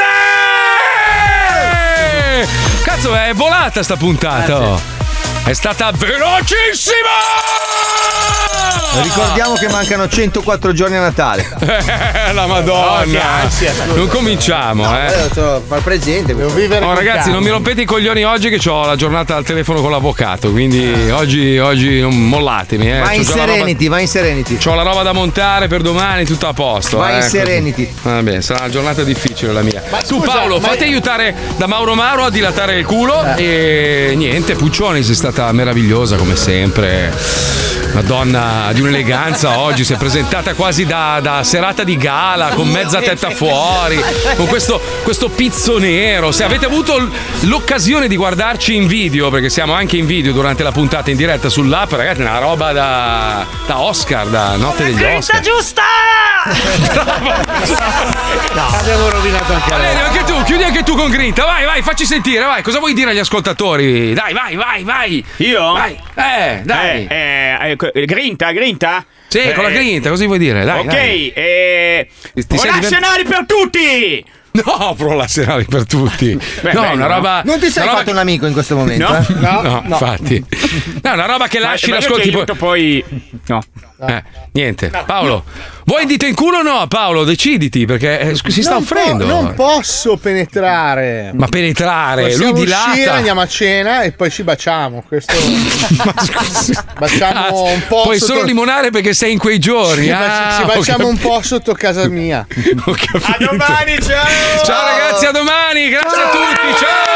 fine! Cazzo, è volata sta puntata! oh. È stata velocissima! Ricordiamo che mancano centoquattro giorni a Natale. La Madonna! Oh, che ansia, scusa. Non cominciamo, No, eh! eh, devo far presente. Devo vivere. Oh, ragazzi, non mi rompete i coglioni oggi che ho la giornata al telefono con l'avvocato, quindi oggi, oggi non mollatemi, eh. Vai C'ho in già la roba- Serenity, vai in Serenity. C'ho la roba da montare per domani, tutto a posto. Vai eh, in così. Serenity. Va bene, sarà una giornata difficile la mia. Ma tu scusa, Paolo, ma- fatti aiutare da Mauro Mauro a dilatare il culo e niente, Puccioni sei stata meravigliosa come sempre. Una donna di un'eleganza oggi, si è presentata quasi da, da serata di gala, con mezza testa fuori, con questo, questo pizzo nero. Se avete avuto l- l'occasione di guardarci in video, perché siamo anche in video durante la puntata in diretta sull'app, ragazzi, è una roba da, da Oscar, da notte degli Oscar. giusta! No, abbiamo rovinato anche Va lei. bene, anche tu, chiudi anche tu con grinta, vai, vai, facci sentire, vai, cosa vuoi dire agli ascoltatori? Dai, vai, vai, vai. Io? Vai, eh, dai. Eh, eh, eh, grinta, grinta? Sì, con la grinta, cosa vuoi dire? Dai, ok, dai. eh. Ti- ti sei Relazionari per tutti! No, prolazionali per tutti. Beh, no, bello, una roba. Non ti sei una roba fatto un amico in questo momento? No? eh? No, No, no. infatti. No, una roba che Ma- lasci ma io ti l'ascolti poi. aiuto poi. No. Eh, niente. Paolo, vuoi un dito in culo o no? Paolo, deciditi perché eh, si sta Non offrendo. po- non posso penetrare. Ma penetrare, Possiamo lui uscire, dilata. andiamo a cena e poi ci baciamo. Questo. Baciamo un po'. Puoi sotto- solo limonare perché sei in quei giorni. Ci, ah, baci- ci ho baciamo un capito. po' sotto casa mia. Ho capito. A domani, ciao! Ciao ragazzi, a domani, grazie a tutti, ciao!